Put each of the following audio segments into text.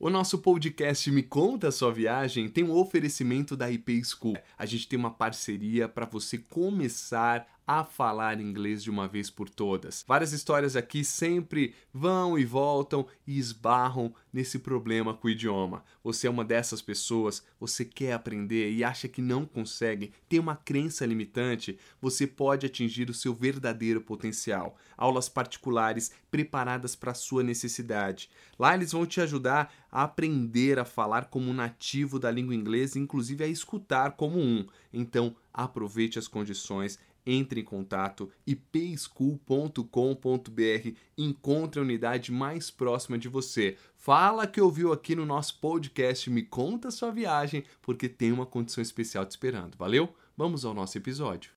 O nosso podcast Me Conta a Sua Viagem tem um oferecimento da IP School. A gente tem uma parceria para você começar a falar inglês de uma vez por todas. Várias histórias aqui sempre vão e voltam e esbarram nesse problema com o idioma. Você é uma dessas pessoas, você quer aprender e acha que não consegue, tem uma crença limitante, você pode atingir o seu verdadeiro potencial. Aulas particulares preparadas para a sua necessidade. Lá eles vão te ajudar a aprender a falar como um nativo da língua inglesa, inclusive a escutar como um. Então, aproveite as condições. Entre em contato ipschool.com.br, encontre a unidade mais próxima de você. Fala que ouviu aqui no nosso podcast Me Conta a Sua Viagem, porque tem uma condição especial te esperando. Valeu? Vamos ao nosso episódio.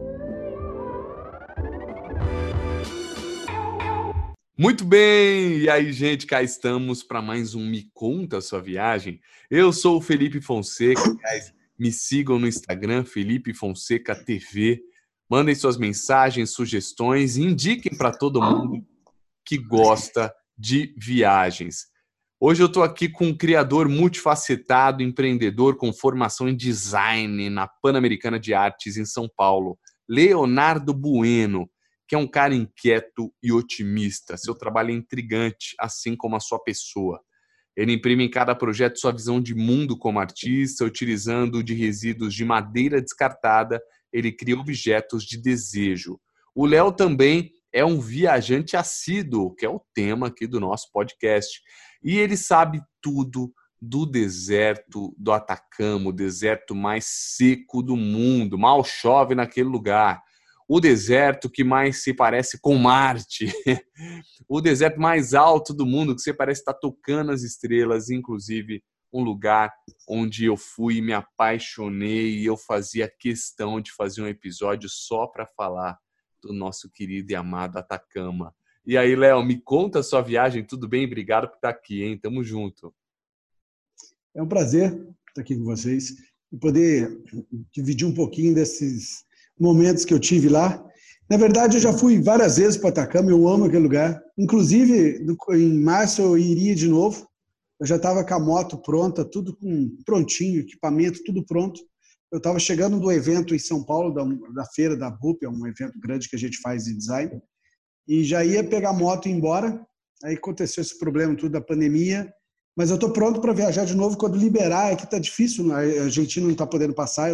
Muito bem! E aí, gente, cá estamos para mais um Me Conta a Sua Viagem. Eu sou o Felipe Fonseca, guys. Me sigam no Instagram, Felipe Fonseca TV. Mandem suas mensagens, sugestões e indiquem para todo mundo que gosta de viagens. Hoje eu estou aqui com um criador multifacetado, empreendedor com formação em design na Pan-Americana de Artes em São Paulo, Leonardo Bueno, que é um cara inquieto e otimista. Seu trabalho é intrigante, assim como a sua pessoa. Ele imprime em cada projeto sua visão de mundo como artista, utilizando de resíduos de madeira descartada, ele cria objetos de desejo. O Léo também é um viajante assíduo, que é o tema aqui do nosso podcast. E ele sabe tudo do deserto do Atacama, o deserto mais seco do mundo. Mal chove naquele lugar. O deserto que mais se parece com Marte. O deserto mais alto do mundo, que você parece estar tocando as estrelas, inclusive um lugar onde eu fui e me apaixonei e eu fazia questão de fazer um episódio só para falar do nosso querido e amado Atacama. E aí, Léo, me conta a sua viagem, tudo bem? Obrigado por estar aqui, hein? Tamo junto. É um prazer estar aqui com vocês e poder dividir um pouquinho desses momentos que eu tive lá. Na verdade, eu já fui várias vezes para Atacama, eu amo aquele lugar. Inclusive, em março eu iria de novo. Eu já estava com a moto pronta, tudo prontinho, equipamento, tudo pronto. Eu estava chegando do evento em São Paulo, da feira da BUP, é um evento grande que a gente faz de design, e já ia pegar a moto e ir embora. Aí aconteceu esse problema tudo da pandemia, mas eu estou pronto para viajar de novo quando liberar. Aqui está difícil, a Argentina não está podendo passar,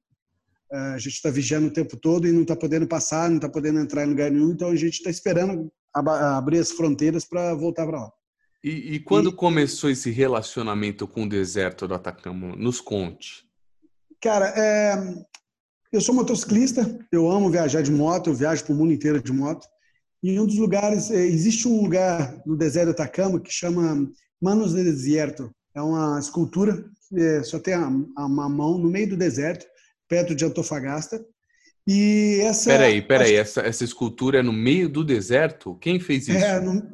a gente está vigiando o tempo todo e não está podendo passar, não está podendo entrar em lugar nenhum, então a gente está esperando abrir as fronteiras para voltar para lá. E quando começou esse relacionamento com o deserto do Atacama? Nos conte. Cara, eu sou motociclista, eu amo viajar de moto, eu viajo para o mundo inteiro de moto. E em um dos lugares, existe um lugar no deserto do Atacama que chama Manos de Desierto. É uma escultura, só tem uma mão no meio do deserto, perto de Antofagasta. E essa... Peraí, essa escultura é no meio do deserto? Quem fez isso?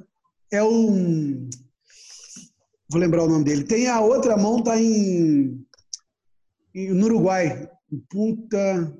Vou lembrar o nome dele. Tem a outra mão, tá no Uruguai, em Punta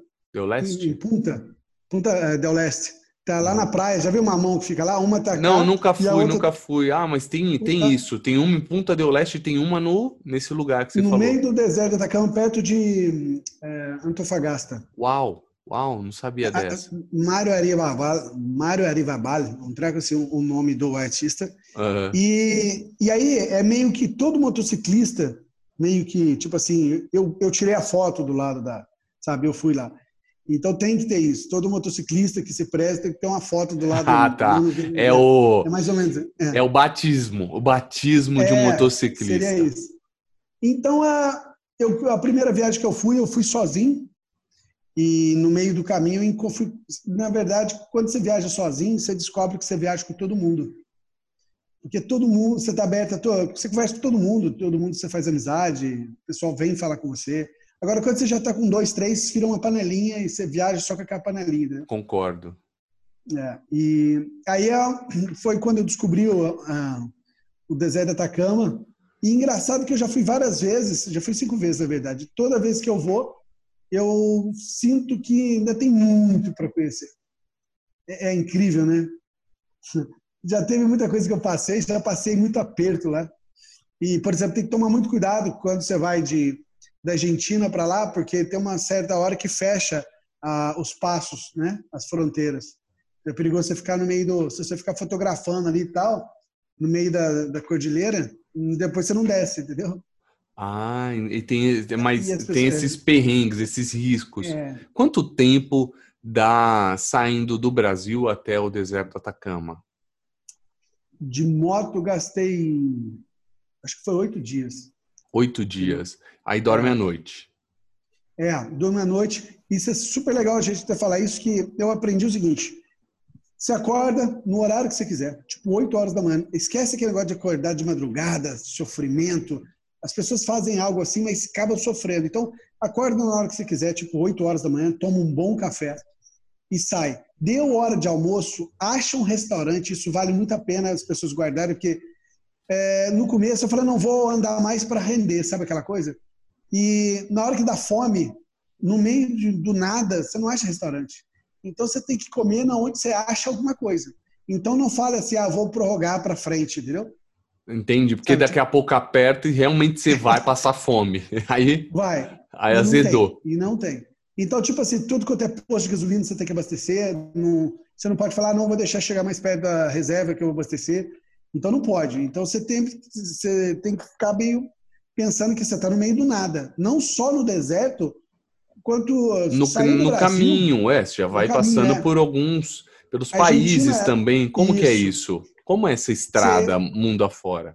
del Este. Tá lá na praia. Já viu uma mão que fica lá? Uma tá cá. Não, nunca fui. Ah, mas tem isso. Tem uma em Punta del Este e tem uma nesse lugar que você falou. No meio do deserto do Atacama, perto de Antofagasta. Uau, não sabia dessa. Mário Arivabal, um treco assim, o nome do artista. Uhum. E aí é meio que todo motociclista, meio que, tipo assim, eu tirei a foto do lado sabe, eu fui lá. Então tem que ter isso. Todo motociclista que se presta tem que ter uma foto do lado. Tá. É mais ou menos. É o batismo de um motociclista. Seria isso. Então, a primeira viagem que eu fui sozinho. E no meio do caminho, na verdade, quando você viaja sozinho, você descobre que você viaja com todo mundo. Porque todo mundo, você está aberto, você conversa com todo mundo você faz amizade, o pessoal vem falar com você. Agora, quando você já está com 2, 3, vira uma panelinha e você viaja só com aquela panelinha. Né? Concordo. E aí foi quando eu descobri o deserto do Atacama. E engraçado que eu já fui várias vezes, já fui 5 vezes, na verdade. Toda vez que eu vou, eu sinto que ainda tem muito para conhecer. É incrível, né? Já teve muita coisa que eu passei, já passei muito aperto lá. E, por exemplo, tem que tomar muito cuidado quando você vai da Argentina para lá, porque tem uma certa hora que fecha os passos, né? As fronteiras. É perigoso você ficar no meio se você ficar fotografando ali e tal, no meio da cordilheira, depois você não desce, entendeu? Ah, E mas as tem pessoas, esses perrengues, esses riscos. é, Quanto tempo dá saindo do Brasil até o deserto do Atacama? de moto eu gastei, acho que foi 8 dias. 8 dias. Aí dorme à É, noite. durmo à noite. Isso é super legal a gente até falar isso, que eu aprendi o seguinte: você acorda no horário que você quiser, tipo 8 horas da manhã. Esquece aquele negócio de acordar de madrugada, sofrimento. As pessoas fazem algo assim, mas acabam sofrendo. Então, acorda na hora que você quiser, tipo 8 horas da manhã, toma um bom café e sai. Deu hora de almoço, acha um restaurante, isso vale muito a pena as pessoas guardarem, porque no começo eu falei, não vou andar mais para render, sabe aquela coisa? E na hora que dá fome, no meio do nada, você não acha restaurante. Então você tem que comer na onde você acha alguma coisa. Então não fale assim, vou prorrogar para frente, entendeu? Entende? Porque Sabe, daqui tipo, a pouco aperta e realmente você vai passar fome. Aí, vai. aí E não tem. azedou. E não tem. Então, tipo assim, tudo quanto é posto de gasolina você tem que abastecer. Não, você não pode falar, não, vou deixar chegar mais perto da reserva que eu vou abastecer. Então não pode. Então você tem que ficar meio pensando que você está no meio do nada. Não só no deserto, quanto saindo do No Brasil, caminho, você já no vai caminho, passando pelos A Argentina países também. Como que é isso. isso? Como é essa estrada Você, mundo afora?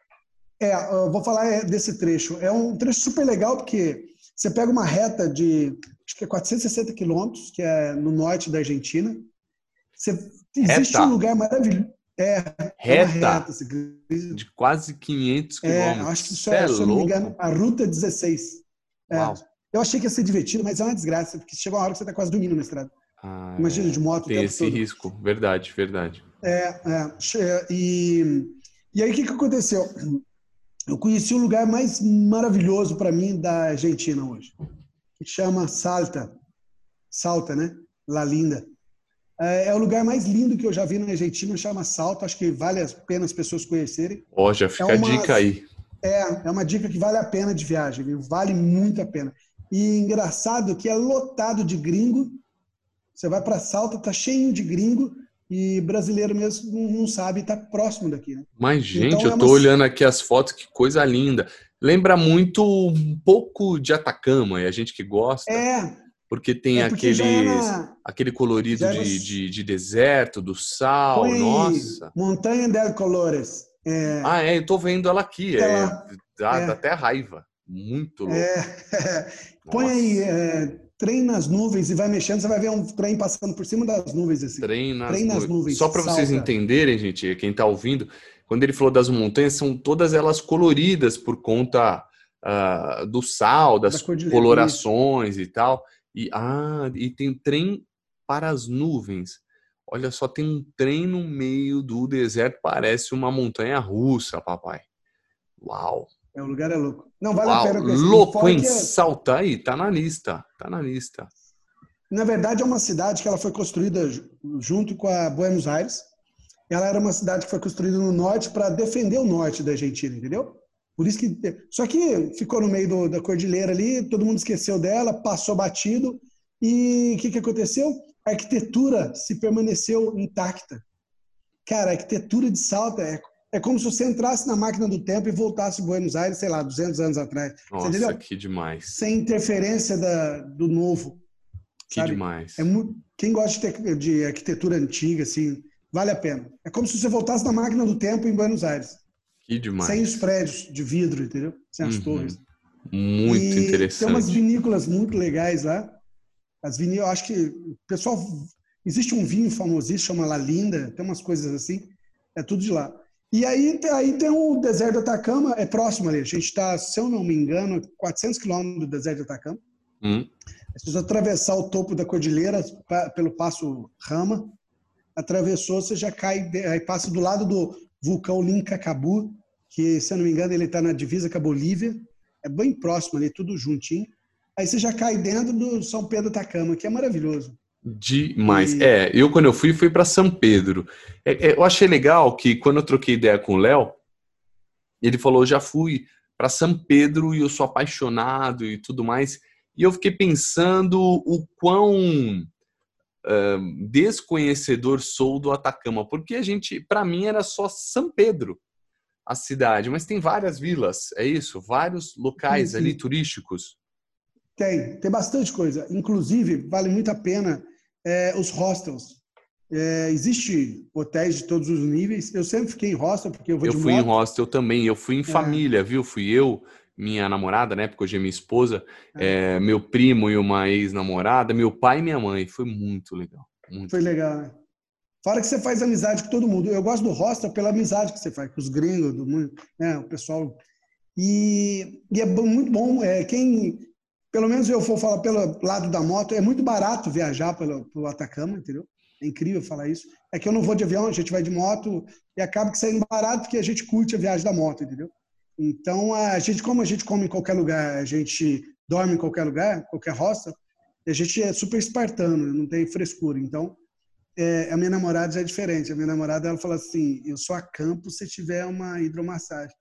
eu vou falar desse trecho. É um trecho super legal porque você pega uma reta de, acho que é 460 quilômetros, que é no norte da Argentina. Existe um Reta, lugar maravilhoso. É uma reta reta. de quase 500 Acho que quilômetros. isso Você é se eu não me engano, louco? a Ruta 16. É. Uau. Eu achei que ia ser divertido, mas é uma desgraça, porque chega uma hora que você está quase dormindo na estrada. Ah, Imagina, de moto o tem tempo esse todo. risco. Verdade, verdade. E aí, o que aconteceu? Eu conheci o lugar mais maravilhoso para mim da Argentina hoje, que chama Salta. Salta, né? La Linda. É o lugar mais lindo que eu já vi na Argentina, chama Salta. Acho que vale a pena as pessoas conhecerem. Ó, já É fica a uma, dica aí. é uma dica que vale a pena de viagem, viu? Vale muito a pena. E engraçado que é lotado de gringo. Você vai para Salta, tá cheio de gringo e brasileiro mesmo não sabe, tá próximo daqui, né? Mas, gente, Então eu tô olhando aqui as fotos, que coisa linda. Lembra muito um pouco de Atacama, e a gente que gosta, é, porque tem porque aquele colorido já é no, de deserto, do põe sal, aí nossa. Montanha del Colores. Ah, é, eu tô vendo ela aqui, Até lá. dá É, até raiva. Muito é, louco. põe aí Nossa, trem nas nuvens e vai mexendo, você vai ver um trem passando por cima das nuvens assim. trem nas Trem nas nuvens. nuvens, Só para vocês salta entenderem, gente, quem tá ouvindo, quando ele falou das montanhas, são todas elas coloridas por conta do sal, da das cordilheira. Isso. colorações e tal. E tem trem para as nuvens. Olha só, tem um trem no meio do deserto, parece uma montanha russa, papai. Uau! O lugar é louco. Não, vale a Uau! pena conhecer. E Louco, fora hein? que, Salta aí, tá na lista. Tá na lista. na verdade, é uma cidade que ela foi construída junto com a Buenos Aires. Ela era uma cidade que foi construída no norte para defender o norte da Argentina, entendeu? Por isso que. Só que ficou no meio da cordilheira ali, todo mundo esqueceu dela, passou batido. E o que aconteceu? A arquitetura se permaneceu intacta. Cara, a arquitetura de Salta é como se você entrasse na máquina do tempo e voltasse a Buenos Aires, sei lá, 200 anos atrás. Você Nossa, entendeu? que demais. Sem interferência do novo, Que sabe? demais. Quem gosta de arquitetura antiga, assim, vale a pena. É como se você voltasse na máquina do tempo em Buenos Aires, Que sem os demais. prédios de vidro, entendeu? Sem as Uhum. torres. Muito E tem umas interessante. vinícolas muito legais lá. Eu acho que o pessoal. Existe um vinho famosíssimo, chama La Linda, tem umas coisas assim, é tudo de lá. E aí tem o deserto do Atacama, é próximo ali. A gente está, se eu não me engano, 400 quilômetros do deserto do Atacama. Hum. Se você atravessar o topo da cordilheira pelo Passo Rama, atravessou, você já cai, aí passa do lado do vulcão Lincacabu, que, se eu não me engano, ele está na divisa com a Bolívia. É bem próximo ali, tudo juntinho. Aí você já cai dentro do São Pedro do Atacama, que é maravilhoso. Demais. E Quando eu fui para São Pedro. Eu achei legal que quando eu troquei ideia com o Léo, ele falou, já fui para São Pedro e eu sou apaixonado e tudo mais. E eu fiquei pensando o quão desconhecedor sou do Atacama, porque para mim era só São Pedro a cidade, mas tem várias vilas, é isso? Vários Sim, locais ali sim. turísticos. Tem bastante coisa. Inclusive, vale muito a pena os hostels. Existe hotéis de todos os níveis. Eu sempre fiquei em hostel porque eu vou Eu de fui em moto. hostel também, eu fui em família, viu? Fui eu, minha namorada, né? Porque hoje é minha esposa, É, meu primo e uma ex-namorada, meu pai e minha mãe. Foi muito legal, muito foi legal. legal, né? Fora que você faz amizade com todo mundo. Eu gosto do hostel pela amizade que você faz com os gringos, do mundo, né? O pessoal. E é muito bom. Pelo menos eu vou falar pelo lado da moto, é muito barato viajar pelo Atacama, entendeu? É incrível falar isso. É que eu não vou de avião, a gente vai de moto e acaba que saindo barato porque a gente curte a viagem da moto, entendeu? Então, como a gente come em qualquer lugar, a gente dorme em qualquer lugar, qualquer hostel, a gente é super espartano, não tem frescura. Então, a minha namorada já é diferente. A minha namorada, ela fala assim, eu só acampo se tiver uma hidromassagem.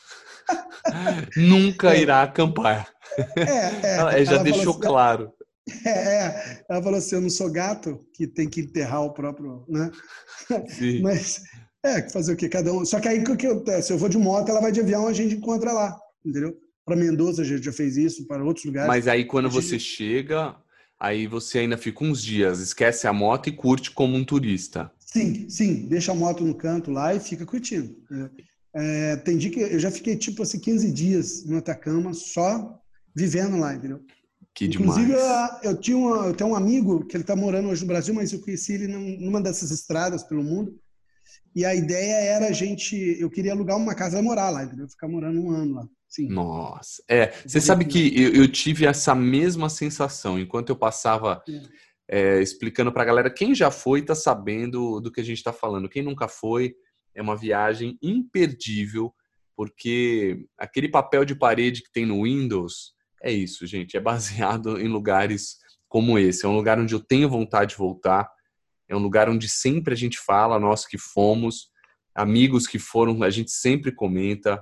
Nunca É, irá acampar. Ela já ela falou deixou assim, claro. ela falou assim, eu não sou gato que tem que enterrar o próprio, né? Sim. Mas, fazer o quê? Cada um. Só que aí, o que acontece? Eu vou de moto, ela vai de avião, a gente encontra lá, entendeu? Para Mendoza, a gente já fez isso, para outros lugares. Mas aí quando A você gente, chega, aí você ainda fica uns dias, esquece a moto e curte como um turista. sim, sim, deixa a moto no canto lá e fica curtindo. Entendeu? Tem dia que eu já fiquei, tipo assim, 15 dias no Atacama, só vivendo lá, entendeu? Que Inclusive, demais. eu tenho um amigo que ele está morando hoje no Brasil, mas eu conheci ele numa dessas estradas pelo mundo. E a ideia era eu queria alugar uma casa e morar lá, entendeu? Ficar morando um ano lá. Sim, Nossa. Você poder sabe que eu tive essa mesma sensação enquanto eu passava explicando para a galera. Quem já foi está sabendo do que a gente está falando. Quem nunca foi, é uma viagem imperdível, porque aquele papel de parede que tem no Windows é isso, gente. É baseado em lugares como esse. É um lugar onde eu tenho vontade de voltar. É um lugar onde sempre a gente fala, nós que fomos, amigos que foram, a gente sempre comenta.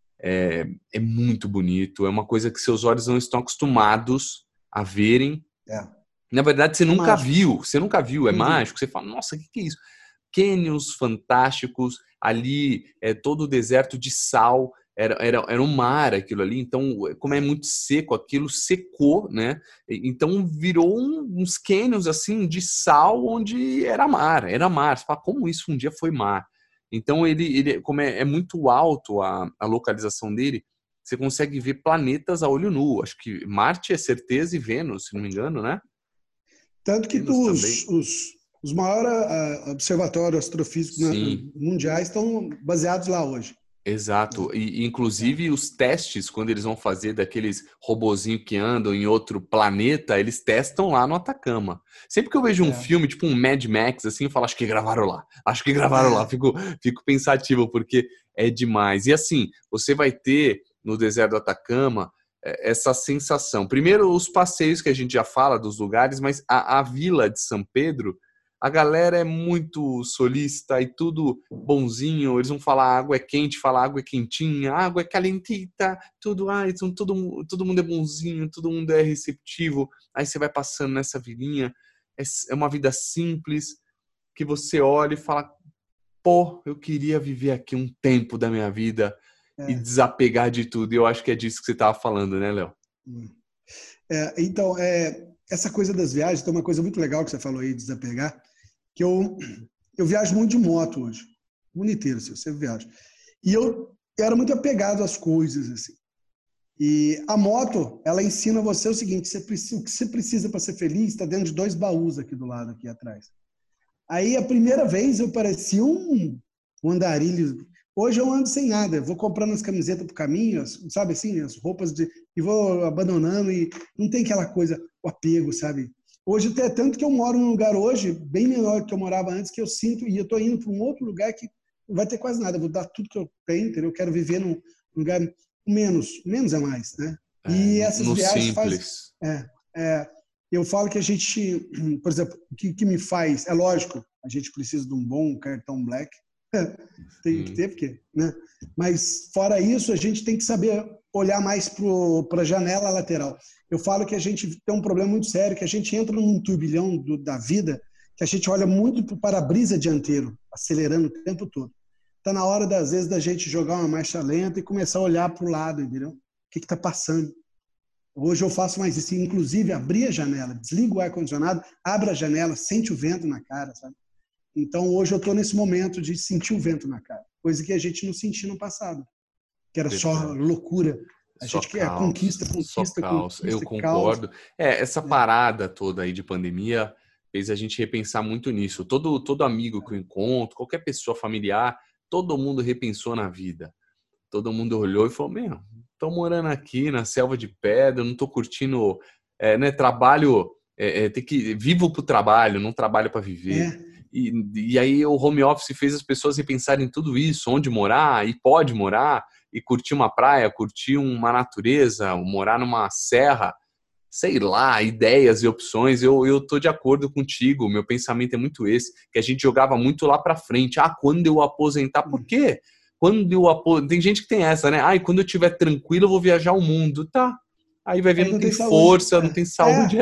É muito bonito. É uma coisa que seus olhos não estão acostumados a verem. é, Na verdade, é mágico. você nunca viu, é Uhum. mágico. Você fala, nossa, o que é isso? Cânions fantásticos, ali é todo o deserto de sal, era um mar aquilo ali, então, como é muito seco, aquilo secou, né? Então virou uns cânions assim de sal onde era mar. Você fala, como isso um dia foi mar? Então como é muito alto a localização dele, você consegue ver planetas a olho nu. Acho que Marte é certeza e Vênus, se não me engano, né? Tanto que Vênus também. os maiores observatórios astrofísicos Sim, mundiais estão baseados lá hoje. exato. E É, inclusive os testes, quando eles vão fazer daqueles robozinhos que andam em outro planeta, eles testam lá no Atacama. Sempre que eu vejo um é, filme, tipo um Mad Max, assim, eu falo, acho que gravaram lá. Acho que gravaram lá. é, Fico pensativo, porque é demais. E assim, você vai ter no deserto do Atacama essa sensação. Primeiro, os passeios que a gente já fala dos lugares, mas a vila de São Pedro, a galera é muito solícita e tudo bonzinho. Eles vão falar a água é quente, fala a água é quentinha, a água é calentita, tudo, então todo mundo é bonzinho, todo mundo é receptivo. Aí você vai passando nessa vilinha, é uma vida simples que você olha e fala, pô, eu queria viver aqui um tempo da minha vida e é. desapegar de tudo. E eu acho que é disso que você estava falando, né, Léo? Então, essa coisa das viagens, tem uma coisa muito legal que você falou aí, desapegar, que eu viajo muito de moto hoje, o mundo inteiro, assim, eu sempre viajo. E eu era muito apegado às coisas, assim. E a moto, ela ensina você o seguinte, o que você precisa para ser feliz está dentro de dois baús aqui do lado, aqui atrás. Aí, a primeira vez, eu parecia um andarilho. Hoje eu ando sem nada, eu vou comprando as camisetas pro caminho, sabe assim, as roupas e vou abandonando e não tem aquela coisa, o apego, sabe? Hoje até tanto que eu moro num lugar hoje bem menor do que eu morava antes, que eu sinto e eu tô indo para um outro lugar que não vai ter quase nada, eu vou dar tudo que eu tenho, entendeu? Eu quero viver num lugar menos é mais, né? E essas No viagens faz simples. é, é, eu falo que a gente, por exemplo, o que me faz, é lógico, a gente precisa de um bom cartão Black, Tem que ter, porque, né? Mas, fora isso, a gente tem que saber olhar mais para a janela lateral. Eu falo que a gente tem um problema muito sério, que a gente entra num turbilhão da vida, que a gente olha muito para o para-brisa dianteiro, acelerando o tempo todo. Está na hora, às vezes, da gente jogar uma marcha lenta e começar a olhar para o lado, entendeu? O que está passando? Hoje eu faço mais isso, inclusive abrir a janela, desliga o ar-condicionado, abre a janela, sente o vento na cara, sabe? Então hoje eu estou nesse momento de sentir o vento na cara, coisa que a gente não sentia no passado, que era só loucura. A Só gente quer caos, só conquista, caos. Eu caos. concordo. Essa parada toda aí de pandemia fez a gente repensar muito nisso. Todo amigo que eu encontro, qualquer pessoa familiar, todo mundo repensou na vida. Todo mundo olhou e falou, meu, tô morando aqui na selva de pedra, não tô curtindo, né, trabalho, vivo pro trabalho, não trabalho para viver. É, E aí o home office fez as pessoas repensarem tudo isso, onde morar, e pode morar, e curtir uma praia, curtir uma natureza, morar numa serra, sei lá, ideias e opções. Eu tô de acordo contigo, meu pensamento é muito esse, que a gente jogava muito lá para frente. Ah, quando eu aposentar, por quê? Tem gente que tem essa, né? Ah, e quando eu estiver tranquilo, eu vou viajar o mundo. Tá. Aí vai ver, aí não não tem tem saúde. força, não tem saúde.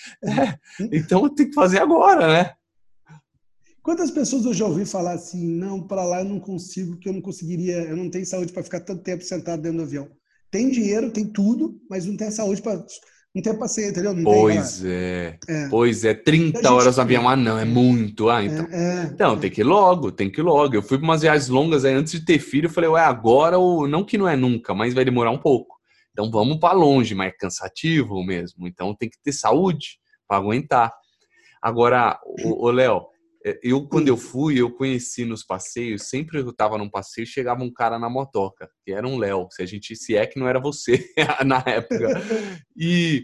Então tem que fazer agora, né? Quantas pessoas eu já ouvi falar assim, não, para lá eu não consigo, que eu não conseguiria, eu não tenho saúde para ficar tanto tempo sentado dentro do avião. Tem dinheiro, tem tudo, mas não tem saúde para, não tem paciência, entendeu? Não tem aquela... Pois é. É. Pois é, A 30 horas gente... no avião. Ah, não, é muito. Ah, É, então. é, Então, tem é. que ir logo, tem que ir logo. Eu fui para umas viagens longas aí antes de ter filho. Eu falei, ué, agora ou não que não é nunca, mas vai demorar um pouco. Então vamos para longe, mas é cansativo mesmo. Então tem que ter saúde para aguentar. Agora, ô Léo, quando eu Hum. fui, eu conheci nos passeios, sempre eu estava num passeio, chegava um cara na motoca, que era um Léo, se é que não era você na época. E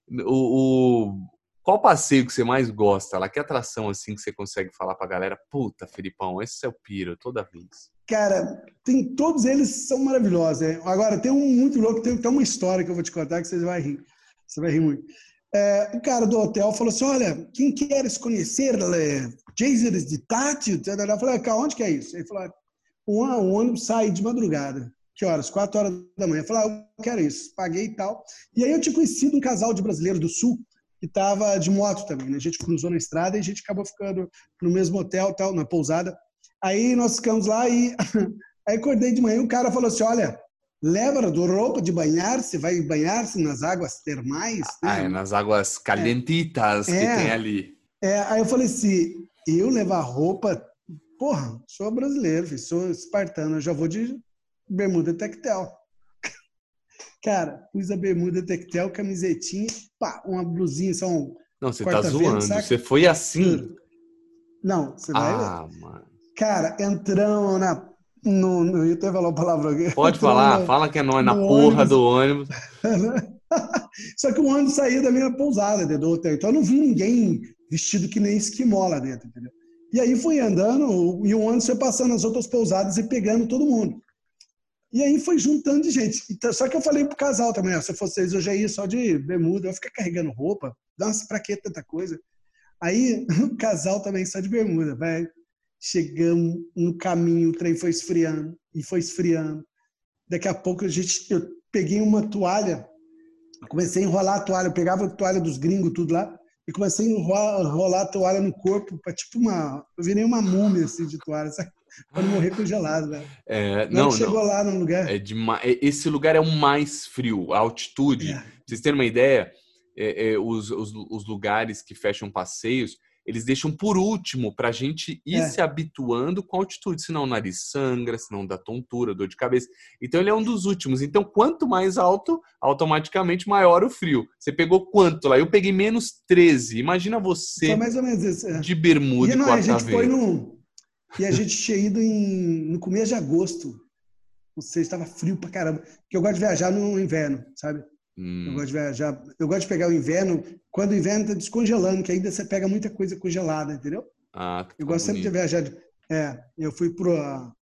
qual passeio que você mais gosta lá? Que atração assim que você consegue falar pra galera? Puta, Felipão, esse é o piro toda vez. Cara, tem, todos eles são maravilhosos. É. Agora, tem um muito louco, tem uma história que eu vou te contar que você vai rir. Você vai rir muito. O cara do hotel falou assim, olha, quem queres conhecer geysers de Tátil? Eu falei, cara, onde que é isso? Ele falou, o ônibus sai de madrugada. Que horas? 4 horas da manhã. Eu falei, eu quero isso. Paguei e tal. E aí eu tinha conhecido um casal de brasileiros do Sul que estava de moto também, né? A gente cruzou na estrada e a gente acabou ficando no mesmo hotel, tal, na pousada. Aí nós ficamos lá e aí acordei de manhã e o cara falou assim, olha, leva do roupa de banhar, você vai banhar-se nas águas termais, né? Nas águas calientitas que tem É, ali. aí eu falei assim, eu levar roupa, porra, sou brasileiro, filho, sou espartano, eu já vou de bermuda tectel. Cara, pus a bermuda tectel, camisetinha, pá, uma blusinha, só um Não, você tá corta-vento, zoando. saca? Você foi assim? Juro. Não, você vai ver. Ah, mano. Cara, entramos eu até falar uma palavra aqui, Pode entramos falar, fala que é nós na no porra ônibus. do ônibus. Só que o ônibus saía da minha pousada, entendeu? Do hotel. Então eu não vi ninguém vestido que nem esquimó lá dentro, entendeu? E aí fui andando e o ônibus foi passando nas outras pousadas e pegando todo mundo. E aí foi juntando de gente. Então, só que eu falei pro casal também, ó, se vocês hoje aí só de bermuda, eu vou ficar carregando roupa. Nossa, pra que tanta coisa? Aí o casal também só de bermuda, velho. Chegamos no caminho, o trem foi esfriando e foi esfriando. Daqui a pouco eu peguei uma toalha, comecei a enrolar a toalha, eu pegava a toalha dos gringos, tudo lá, e comecei a enrolar a toalha no corpo, para tipo eu virei uma múmia assim de toalha, sabe? Para não morrer congelado, velho. Na hora que Não, chegou não. lá no lugar, Esse lugar é o mais frio, a altitude. Pra é, vocês terem uma ideia, os lugares que fecham passeios, eles deixam por último para a gente ir se é, habituando com a altitude, senão o nariz sangra, senão dá tontura, dor de cabeça. Então ele é um dos últimos. Então quanto mais alto, automaticamente maior o frio. Você pegou quanto lá? Eu peguei -13. Imagina foi você mais ou menos isso. É. de bermuda E e não, a gente foi corta-vento. e a gente tinha ido no começo de agosto. Não sei, estava frio pra caramba. Porque eu gosto de viajar no inverno, sabe? Eu gosto Hum, de viajar, eu gosto de pegar o inverno, quando o inverno está descongelando, que ainda você pega muita coisa congelada, entendeu? Eu tá gosto sempre de bonito. viajar. Eu fui para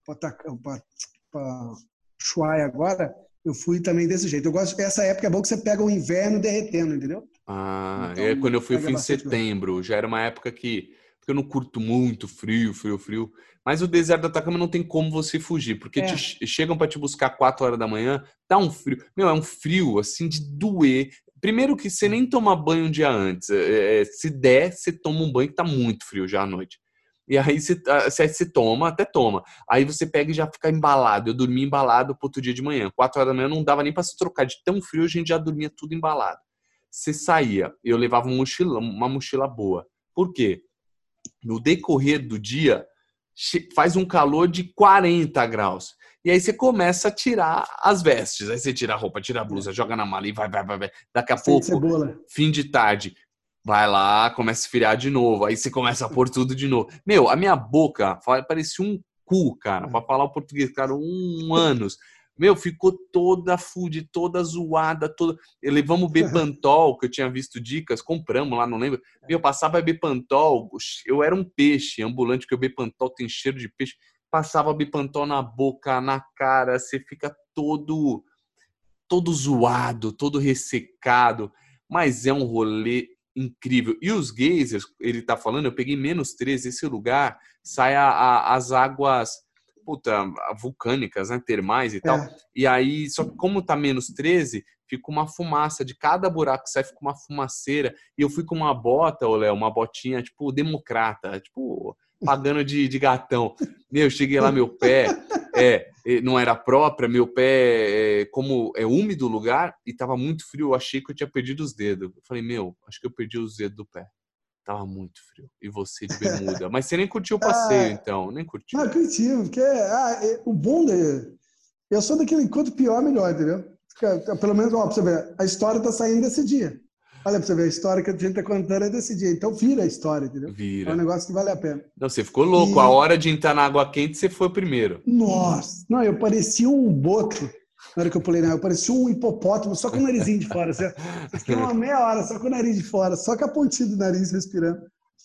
Ushuaia agora, eu fui também desse jeito. Eu gosto, essa época é bom que você pega o inverno derretendo, entendeu? Então, Quando eu fui pega em bastante coisa. setembro. Já era uma época que. Porque porque eu não curto muito frio. Mas o deserto do Atacama não tem como você fugir, porque chegam para te buscar 4 horas da manhã, tá um frio. Meu, é um frio assim de doer. Primeiro que você nem toma banho um dia antes. Se der, você toma um banho que tá muito frio já à noite. E aí você toma, até toma. Aí você pega e já fica embalado. Eu dormi embalado pro outro dia de manhã. 4 horas da manhã não dava nem para se trocar. De tão frio, a gente já dormia tudo embalado. Você saía, eu levava uma mochila boa. Por quê? No decorrer do dia, faz um calor de 40 graus. E aí você começa a tirar as vestes. Aí você tira a roupa, tira a blusa, joga na mala e vai. Daqui a pouco, cebola. Fim de tarde, vai lá, começa a esfriar de novo. Aí você começa a pôr tudo de novo. Meu, a minha boca parecia um cu, cara, para falar o português, cara, anos. Meu, ficou toda fude, toda zoada, toda. Levamos Bepantol, que eu tinha visto dicas, compramos lá, não lembro. Meu, passava Bepantol, eu era um peixe ambulante, porque o Bepantol tem cheiro de peixe. Passava Bepantol na boca, na cara, você fica todo zoado, todo ressecado. Mas é um rolê incrível. E os geysers, ele tá falando, eu peguei -13, esse lugar sai as águas vulcânicas, né, termais e tal. E aí, só que como tá -13, fica uma fumaça, de cada buraco que sai fica uma fumaceira. E eu fui com uma bota, Léo, uma botinha tipo democrata, tipo pagando de gatão. Meu, eu cheguei lá, meu pé não era própria, meu pé, como é úmido o lugar e tava muito frio, eu achei que eu tinha perdido os dedos. Eu falei, meu, acho que eu perdi os dedos do pé. Tava muito frio. E você de bermuda. Mas você nem curtiu o passeio, então? Nem curtiu. Não, curti, porque o bom eu sou daquele quanto pior, melhor, entendeu? Pelo menos, ó, pra você ver, a história tá saindo desse dia. Olha pra você ver, a história que a gente tá contando é desse dia. Então vira a história, entendeu? Vira. É um negócio que vale a pena. Não, você ficou louco. A hora de entrar na água quente, você foi primeiro. Nossa! Não, eu parecia um boto na hora que eu pulei na água. Eu parecia um hipopótamo, só com o narizinho de fora. Você fiquei uma meia hora só com o nariz de fora, só com a pontinha do nariz respirando.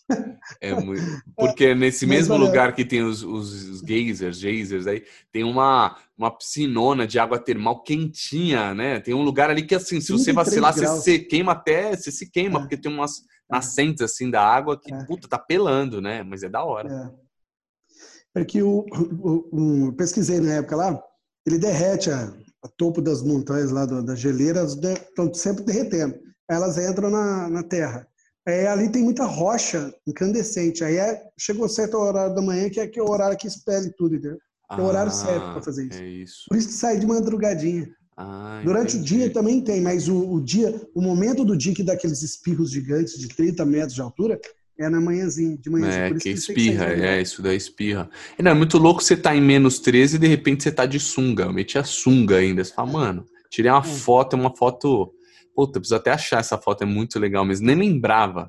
Porque nesse mesmo lugar que tem os geysers aí, tem uma piscinona de água termal quentinha, né? Tem um lugar ali que, assim, se você vacilar, você queima você se queima, porque tem umas nascentes, assim, da água que, tá pelando, né? Mas é da hora. Que eu pesquisei na época lá, ele derrete a topo das montanhas lá das geleiras, estão sempre derretendo. Elas entram na terra. Ali tem muita rocha incandescente. Aí chegou certo horário da manhã, que é o horário que expele tudo, entendeu? É o horário certo para fazer isso. É isso. Por isso que sai de madrugadinha. Durante o dia também tem, mas o momento do dia que dá aqueles espirros gigantes de 30 metros de altura é na manhãzinha, de manhãzinha. Por isso que espirra, isso daí espirra. Não, é muito louco você tá em -13 e de repente você tá de sunga. Eu meti a sunga ainda. Você fala, mano, tirei uma foto, Puta, preciso até achar essa foto, é muito legal mesmo. Nem lembrava.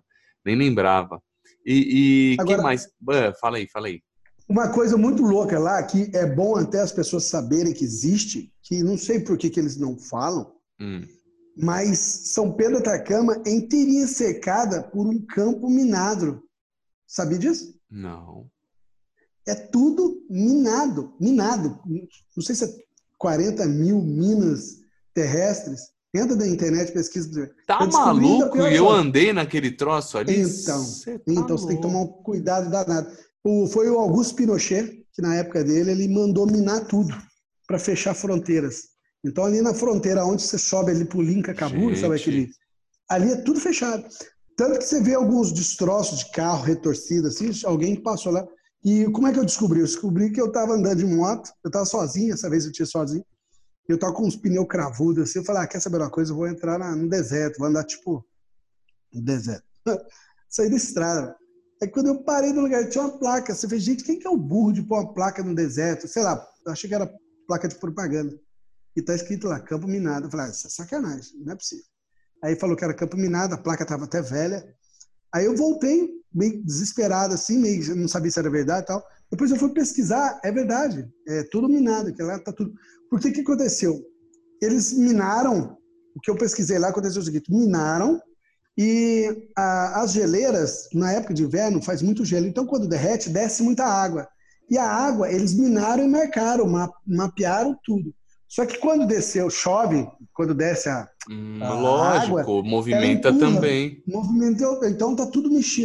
E que mais? Fala aí. Uma coisa muito louca lá, que é bom até as pessoas saberem que existe, que não sei por que eles não falam, mas São Pedro do Atacama é inteirinha cercada por um campo minado. Sabia disso? Não. É tudo minado. Não sei se é 40 mil minas terrestres. Entra na internet, pesquisa. Tá maluco? E eu andei naquele troço ali? Então você tem que tomar um cuidado danado. Foi o Augusto Pinochet, que na época dele, ele mandou minar tudo para fechar fronteiras. Então ali na fronteira, onde você sobe ali pro Linca-Caburo, sabe aquele... Ali é tudo fechado. Tanto que você vê alguns destroços de carro retorcido, assim, alguém passou lá. E como é que eu descobri? Eu descobri que eu tava andando de moto, eu tava sozinho, essa vez eu tinha sozinho. Eu tava com uns pneus cravudos assim, eu falei, quer saber uma coisa? Eu vou entrar no deserto, vou andar tipo no deserto. Saí da estrada. Aí quando eu parei no lugar, tinha uma placa. Você fez, gente, quem que é o burro de pôr uma placa no deserto? Sei lá, eu achei que era placa de propaganda. E tá escrito lá, campo minado. Eu falei, isso é sacanagem, não é possível. Aí falou que era campo minado, a placa tava até velha. Aí eu voltei, meio desesperado assim, meio não sabia se era verdade e tal. Depois eu fui pesquisar, é verdade, é tudo minado, que lá tá tudo... Por que aconteceu? Eles minaram, o que eu pesquisei lá aconteceu o seguinte, minaram e as geleiras, na época de inverno, faz muito gelo, então quando derrete, desce muita água. E a água, eles minaram e marcaram, mapearam tudo. Só que quando desceu, chove, quando desce a lógico, água, movimenta também. Movimentou, então tá tudo mexido.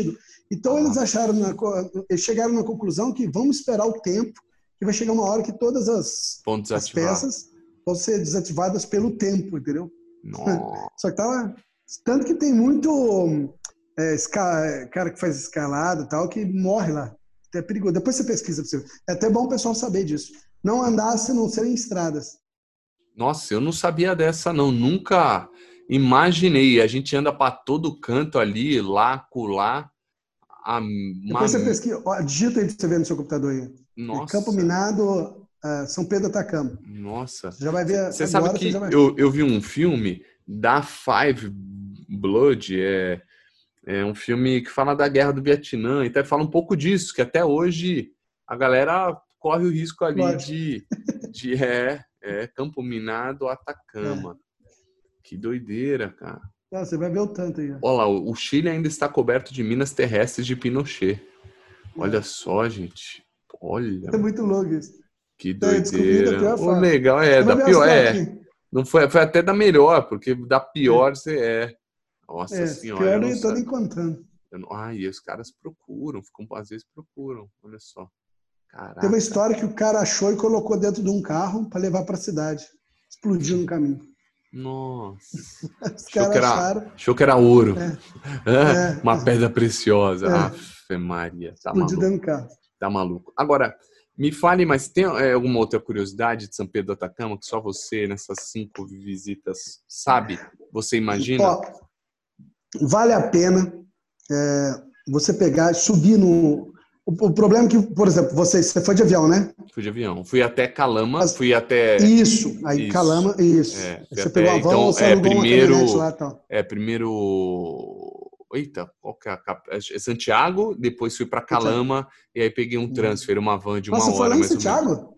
Então eles eles chegaram na conclusão que vamos esperar o tempo, que vai chegar uma hora que todas as peças vão ser desativadas pelo tempo, entendeu? Nossa. Só que tanto que tem muito cara que faz escalada e tal, que morre lá. É perigoso. Depois você pesquisa pra você. É até bom o pessoal saber disso. Não andar se não serem estradas. Nossa, eu não sabia dessa, não. Nunca imaginei. A gente anda para todo canto ali, lá, colar. Depois você pesquisa. Ó, digita aí pra você ver no seu computador aí. Nossa. Campo Minado, São Pedro do Atacama. Nossa. Você já vai ver. Você sabe que eu vi um filme da Five Blood, é um filme que fala da Guerra do Vietnã, então fala um pouco disso, que até hoje a galera corre o risco ali de Campo Minado, Atacama. Que doideira, cara. Você vai ver o tanto aí. Olha lá, o Chile ainda está coberto de minas terrestres de Pinochet. Olha só, gente. Olha. É muito louco isso. Que doideira. O legal da pior. Não foi até da melhor, porque da pior você é. Nossa senhora. Pior eu não estou encontrando. E os caras procuram, às vezes procuram. Olha só. Caraca. Tem uma história que o cara achou e colocou dentro de um carro para levar para a cidade. Explodiu no caminho. Nossa. Os caras acharam. Achou que era ouro. Uma pedra preciosa. Afe Maria. Tá explodiu maluco. dentro do carro. Tá maluco. Agora, me fale, mas tem alguma outra curiosidade de São Pedro do Atacama que só você, nessas 5 visitas, sabe? Você imagina? Ó, vale a pena você pegar e subir no... O problema é que, por exemplo, você foi de avião, né? Fui de avião. Fui até Calama, fui até... Isso, aí isso. Calama, isso. Você pegou a van, então, você alugou uma caminhonete lá e tal. Primeiro... Eita, qual que é Santiago, depois fui para Calama, e aí peguei um transfer, uma van de uma hora. Você foi lá em Santiago?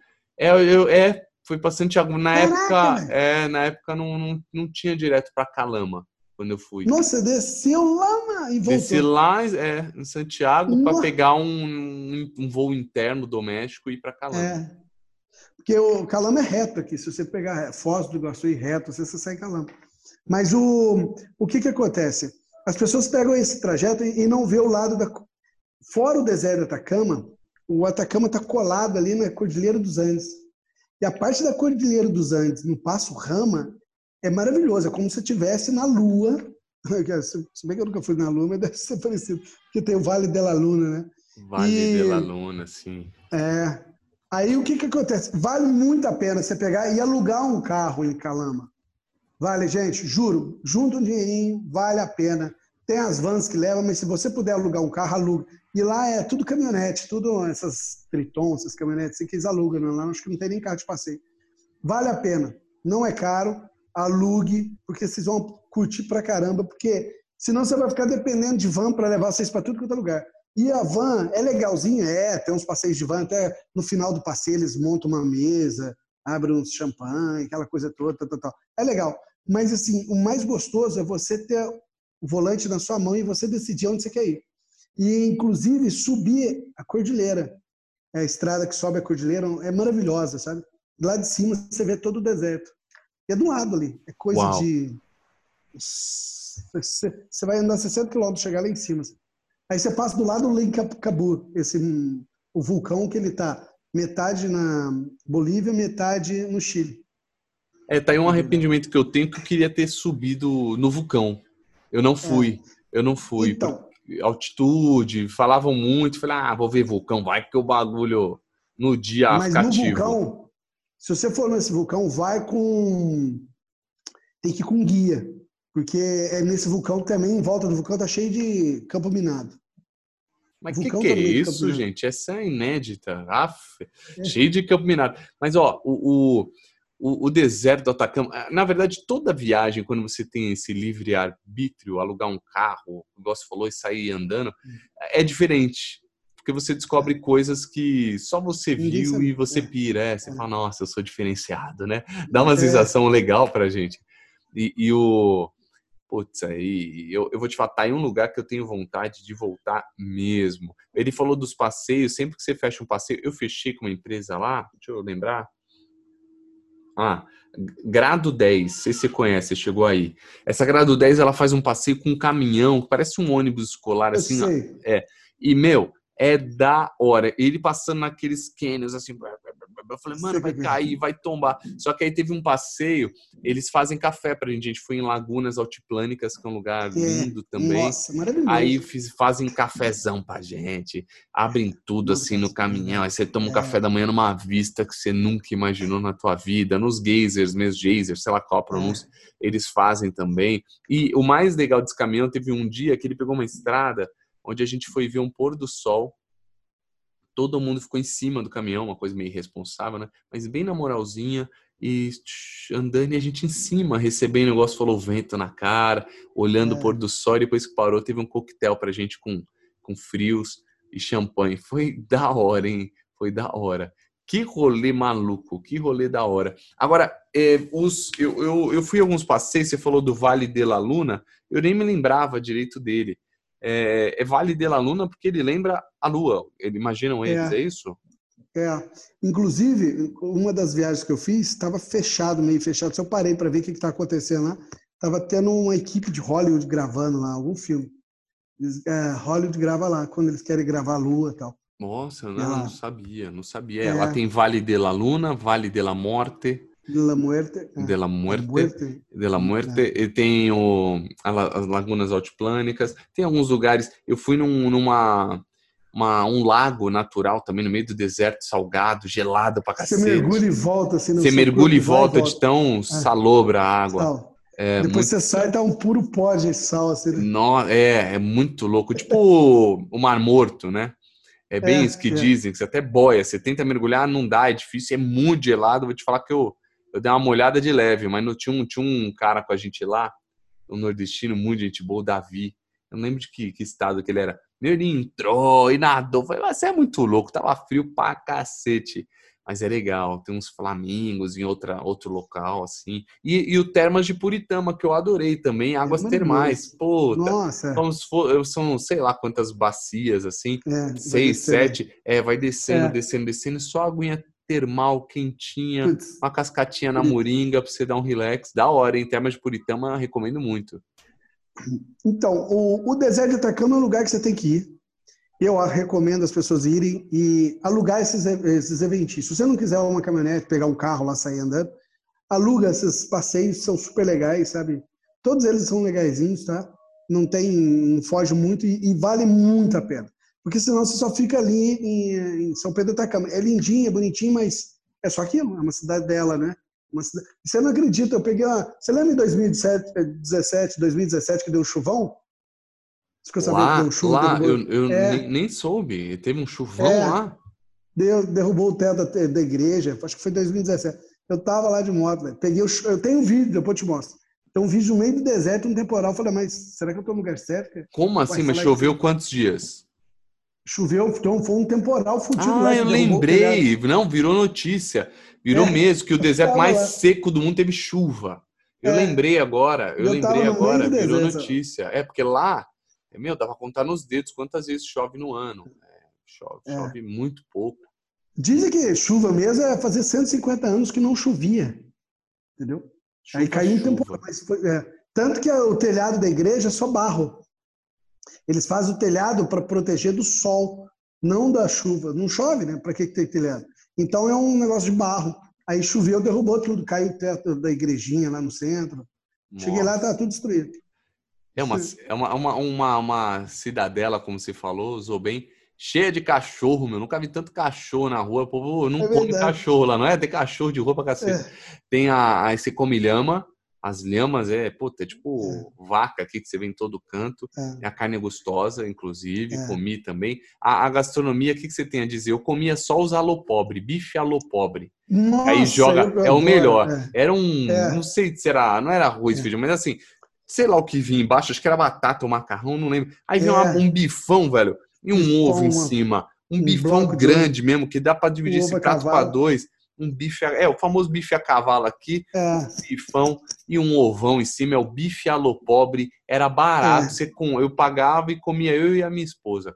Fui para Santiago. Na época não tinha direto para Calama. Quando eu fui. Nossa, desceu lá e voltou. Desci lá em Santiago para pegar um voo interno doméstico e ir para Calama. Porque o Calama é reto aqui. Se você pegar Foz do Iguaçu e reto, você sai em Calama. Mas o que acontece? As pessoas pegam esse trajeto e não vê o lado da... Fora o deserto do Atacama, o Atacama está colado ali na Cordilheira dos Andes. E a parte da Cordilheira dos Andes, no Passo Rama, é maravilhoso, é como se estivesse na Lua. Se bem que eu nunca fui na Lua, mas deve ser parecido. Porque tem o Vale de la Luna, né? Vale de la Luna, sim. Aí o que acontece? Vale muito a pena você pegar e alugar um carro em Calama. Vale, gente, juro, junta um dinheirinho, vale a pena. Tem as vans que levam, mas se você puder alugar um carro, aluga. E lá é tudo caminhonete, tudo essas Triton, essas caminhonetes que eles alugam. Né? Lá acho que não tem nem carro de passeio. Vale a pena, não é caro. Alugue, porque vocês vão curtir pra caramba, porque senão você vai ficar dependendo de van para levar vocês para tudo quanto é lugar. E a van é legalzinha, tem uns passeios de van, até no final do passeio eles montam uma mesa, abrem uns champanhe, aquela coisa toda, tal. É legal. Mas assim, o mais gostoso é você ter o volante na sua mão e você decidir onde você quer ir. E inclusive subir a cordilheira. A estrada que sobe a cordilheira é maravilhosa, sabe? Lá de cima você vê todo o deserto. E é do lado ali. É coisa de... Você vai andar 60 km, chegar lá em cima. Aí você passa do lado do Lake Cabu, o vulcão que ele tá metade na Bolívia, metade no Chile. Tá aí um arrependimento que eu tenho, que eu queria ter subido no vulcão. Eu não fui. Então, altitude, falavam muito. Falei, vou ver vulcão, vai que o bagulho no dia mas no vulcão... Se você for nesse vulcão, tem que ir com guia. Porque nesse vulcão também, em volta do vulcão, tá cheio de campo minado. Mas o que é isso, gente? Essa é inédita. Cheio de campo minado. Mas, o deserto do Atacama... Na verdade, toda viagem, quando você tem esse livre-arbítrio, alugar um carro, igual você falou, e sair andando, é diferente. Porque você descobre coisas que só você viu e você pira. Você fala, nossa, eu sou diferenciado, né? Dá uma sensação legal pra gente. Putz, aí eu vou te falar, tá em um lugar que eu tenho vontade de voltar mesmo. Ele falou dos passeios, sempre que você fecha um passeio, eu fechei com uma empresa lá, deixa eu lembrar. Grado 10, não sei se você conhece, você chegou aí. Essa Grado 10, ela faz um passeio com um caminhão, que parece um ônibus escolar, assim. E, meu, é da hora. Ele passando naqueles canyons, assim, eu falei, mano, vai cair, vai tombar. Só que aí teve um passeio, eles fazem café pra gente. A gente foi em Lagunas Altiplânicas, que é um lugar lindo também. Nossa, maravilhoso. Aí fazem cafezão pra gente, abrem tudo assim no caminhão. Aí você toma um café da manhã numa vista que você nunca imaginou na tua vida. Nos geysers mesmo, geysers, sei lá qual a pronúncia, eles fazem também. E o mais legal desse caminhão, teve um dia que ele pegou uma estrada onde a gente foi ver um pôr do sol. Todo mundo ficou em cima do caminhão, uma coisa meio irresponsável, né? Mas bem na moralzinha e andando e a gente em cima, recebendo o negócio, falou vento na cara, olhando o pôr do sol e depois que parou, teve um coquetel pra gente com frios e champanhe. Foi da hora, hein? Foi da hora. Que rolê maluco, que rolê da hora. Agora, eu fui a alguns passeios, você falou do Vale de la Luna, eu nem me lembrava direito dele. É Vale de la Luna porque ele lembra a Lua. Imaginam eles, é isso? Inclusive, uma das viagens que eu fiz estava fechado, meio fechado. Só eu parei para ver o que está acontecendo lá. Estava tendo uma equipe de Hollywood gravando lá algum filme. Hollywood grava lá, quando eles querem gravar a Lua e tal. Nossa, não sabia, não sabia. Lá tem Vale de la Luna, Vale de la Morte. De la Muerte. De la Muerte. De la Muerte. E tem as Lagunas Altiplânicas. Tem alguns lugares. Eu fui um lago natural também, no meio do deserto, salgado, gelado pra cacete. Você mergulha e volta. Assim, você mergulha e volta de tão salobra a água. Sal. Depois você sai e tá um puro pó de sal. Assim. É muito louco. Tipo o Mar Morto, né? É bem isso que dizem, que você até boia. Você tenta mergulhar, não dá, é difícil, é muito gelado. Vou te falar que eu dei uma molhada de leve, mas não tinha um cara com a gente lá, um nordestino, muito gente boa, o Davi. Eu não lembro de que estado que ele era. Ele entrou e nadou. Falei, você é muito louco, tava frio pra cacete. Mas é legal, tem uns flamingos em outro local, assim. E o Termas de Puritama, que eu adorei também, águas termais. Puta, nossa. São sei lá quantas bacias, assim, 6, 7. Vai descendo, só aguinha termal, quentinha, uma cascatinha na moringa pra você dar um relax. Da hora, hein? Termas de Puritama, recomendo muito. Então, o deserto de Atacama é um lugar que você tem que ir. Eu recomendo as pessoas irem e alugar esses eventos. Se você não quiser uma caminhonete, pegar um carro lá, sair andando, aluga esses passeios, são super legais, sabe? Todos eles são legaisinhos, tá? Não foge muito e vale muito a pena. Porque senão você só fica ali em São Pedro do Atacama. É lindinho, é bonitinho, mas é só aquilo, é uma cidade dela, né? Você não acredita, eu peguei você lembra em 2017 que deu um chuvão? Eu nem soube. Teve um chuvão lá? Derrubou o teto da igreja. Acho que foi em 2017. Eu tava lá de moto, velho. Eu tenho um vídeo, depois eu te mostro. Tem um vídeo no meio do deserto, um temporal. Eu falei, mas será que eu tô no lugar certo? Como assim? Mas choveu quantos dias? Choveu, então foi um temporal fudido lá. Eu lembrei. Não, virou notícia. Virou mesmo que o deserto mais seco do mundo teve chuva. Eu lembrei agora. Virou notícia. Porque lá, dá pra contar nos dedos quantas vezes chove no ano. Chove muito pouco. Dizem que chuva mesmo é fazer 150 anos que não chovia. Entendeu? Aí caiu um temporal. Tanto que o telhado da igreja é só barro. Eles fazem o telhado para proteger do sol, não da chuva. Não chove, né? Para que tem telhado? Então é um negócio de barro. Aí choveu, derrubou tudo. Caiu o teto da igrejinha lá no centro. Nossa. Cheguei lá, tá tudo destruído. É uma cidadela, como você falou, usou bem, cheia de cachorro, meu. Nunca vi tanto cachorro na rua. O povo não come cachorro lá, não é? Tem cachorro de rua pra cacete. Tem você come lhama. As lhamas tipo vaca aqui, que você vê em todo canto. A carne é gostosa, inclusive. Comi também. A gastronomia, o que você tem a dizer? Eu comia só os alopobre, bife alopobre. Nossa, aí joga, o melhor. Era não sei se era, não era arroz, feijão, mas assim, sei lá o que vinha embaixo, acho que era batata ou macarrão, não lembro. Aí vinha um bifão, velho, e um ovo em cima. Um bifão grande mesmo, que dá pra dividir esse prato para dois. Um bife, o famoso bife a cavalo aqui, um bifão e um ovão em cima, é o bife alopobre, era barato, eu pagava e comia eu e a minha esposa.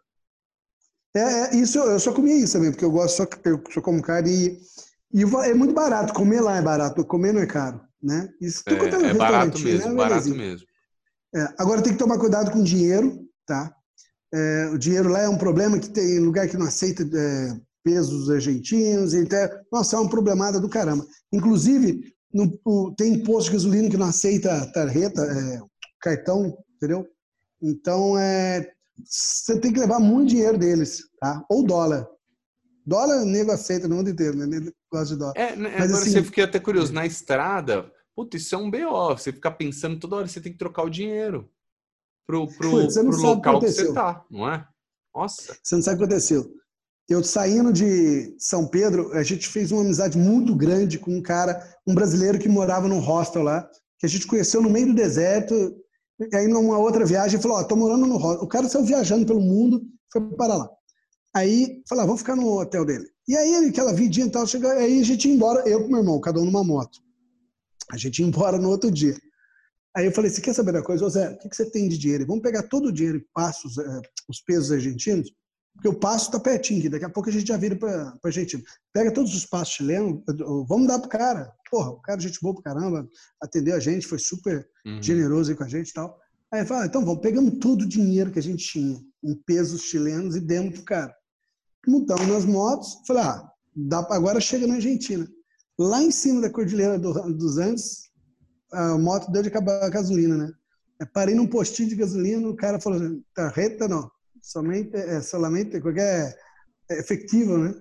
Isso, eu só comia isso também, porque eu só como carne e é muito barato, comer lá é barato, comer não é caro, né? Isso barato mesmo, barato mesmo. Agora tem que tomar cuidado com dinheiro, tá? O dinheiro lá é um problema que tem lugar que não aceita pesos argentinos. Então, nossa, é uma problemada do caramba. Inclusive, tem posto de gasolina que não aceita tarjeta, cartão, entendeu? Então, você tem que levar muito dinheiro deles, tá? Ou dólar. Dólar, o nego aceita no mundo inteiro, né? O nego gosta de dólar. Mas, agora assim, você fica até curioso. Na estrada, puta, isso é um BO. Você fica pensando toda hora, você tem que trocar o dinheiro pro local que você tá, não é? Nossa. Você não sabe o que aconteceu. Eu saindo de São Pedro, a gente fez uma amizade muito grande com um brasileiro que morava num hostel lá, que a gente conheceu no meio do deserto. E aí, numa outra viagem, falou: tô morando no hostel. O cara saiu viajando pelo mundo, foi para lá. Aí, falou: vamos ficar no hotel dele. E aí, aquela vidinha e tal, chegou, aí a gente ia embora, eu com meu irmão, cada um numa moto. A gente ia embora no outro dia. Aí eu falei: você quer saber da coisa? Ô Zé, o que você tem de dinheiro? Vamos pegar todo o dinheiro e passo os pesos argentinos, porque o passo está pertinho aqui, daqui a pouco a gente já vira para a Argentina. Pega todos os passos chilenos, vamos dar pro cara. Porra, o cara, gente boa pro caramba, atendeu a gente, foi super generoso aí com a gente e tal. Aí ele falou: então vamos, pegamos todo o dinheiro que a gente tinha em pesos chilenos e demos pro cara. Montamos nas motos, falei: agora chega na Argentina. Lá em cima da Cordilheira dos Andes, a moto deu de acabar a gasolina, né? Eu parei num postinho de gasolina, o cara falou: tarjeta não, solamente qualquer efetivo, né?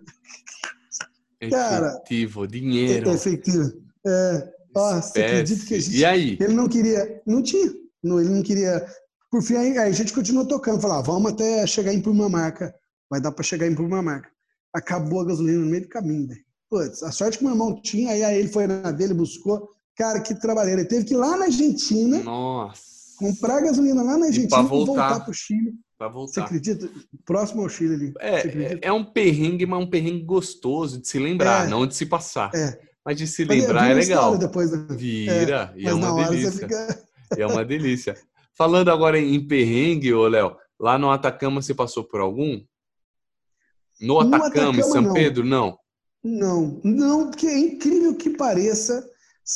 Efetivo, cara, dinheiro. Efetivo. Você acredita que E aí? Ele não queria, não tinha, ele não queria. Por fim, aí a gente continuou tocando, falou: vamos até chegar em Purmamarca, vai dar para chegar em Purmamarca. Acabou a gasolina no meio do caminho, velho. Putz, a sorte que meu irmão tinha, aí ele foi na dele, buscou. Cara, que trabalheira. Ele teve que ir lá na Argentina, comprar gasolina lá na Argentina e voltar para o Chile. Pra voltar. Você acredita? Próximo ao Chile ali. É um perrengue, mas um perrengue gostoso de se lembrar, não de se passar. Mas de se lembrar é legal. Depois, Vira, e é uma delícia. Fica... É uma delícia. Falando agora em perrengue, ô Léo, lá no Atacama você passou por algum? No Atacama, em São Pedro, não? Não, porque é incrível que pareça,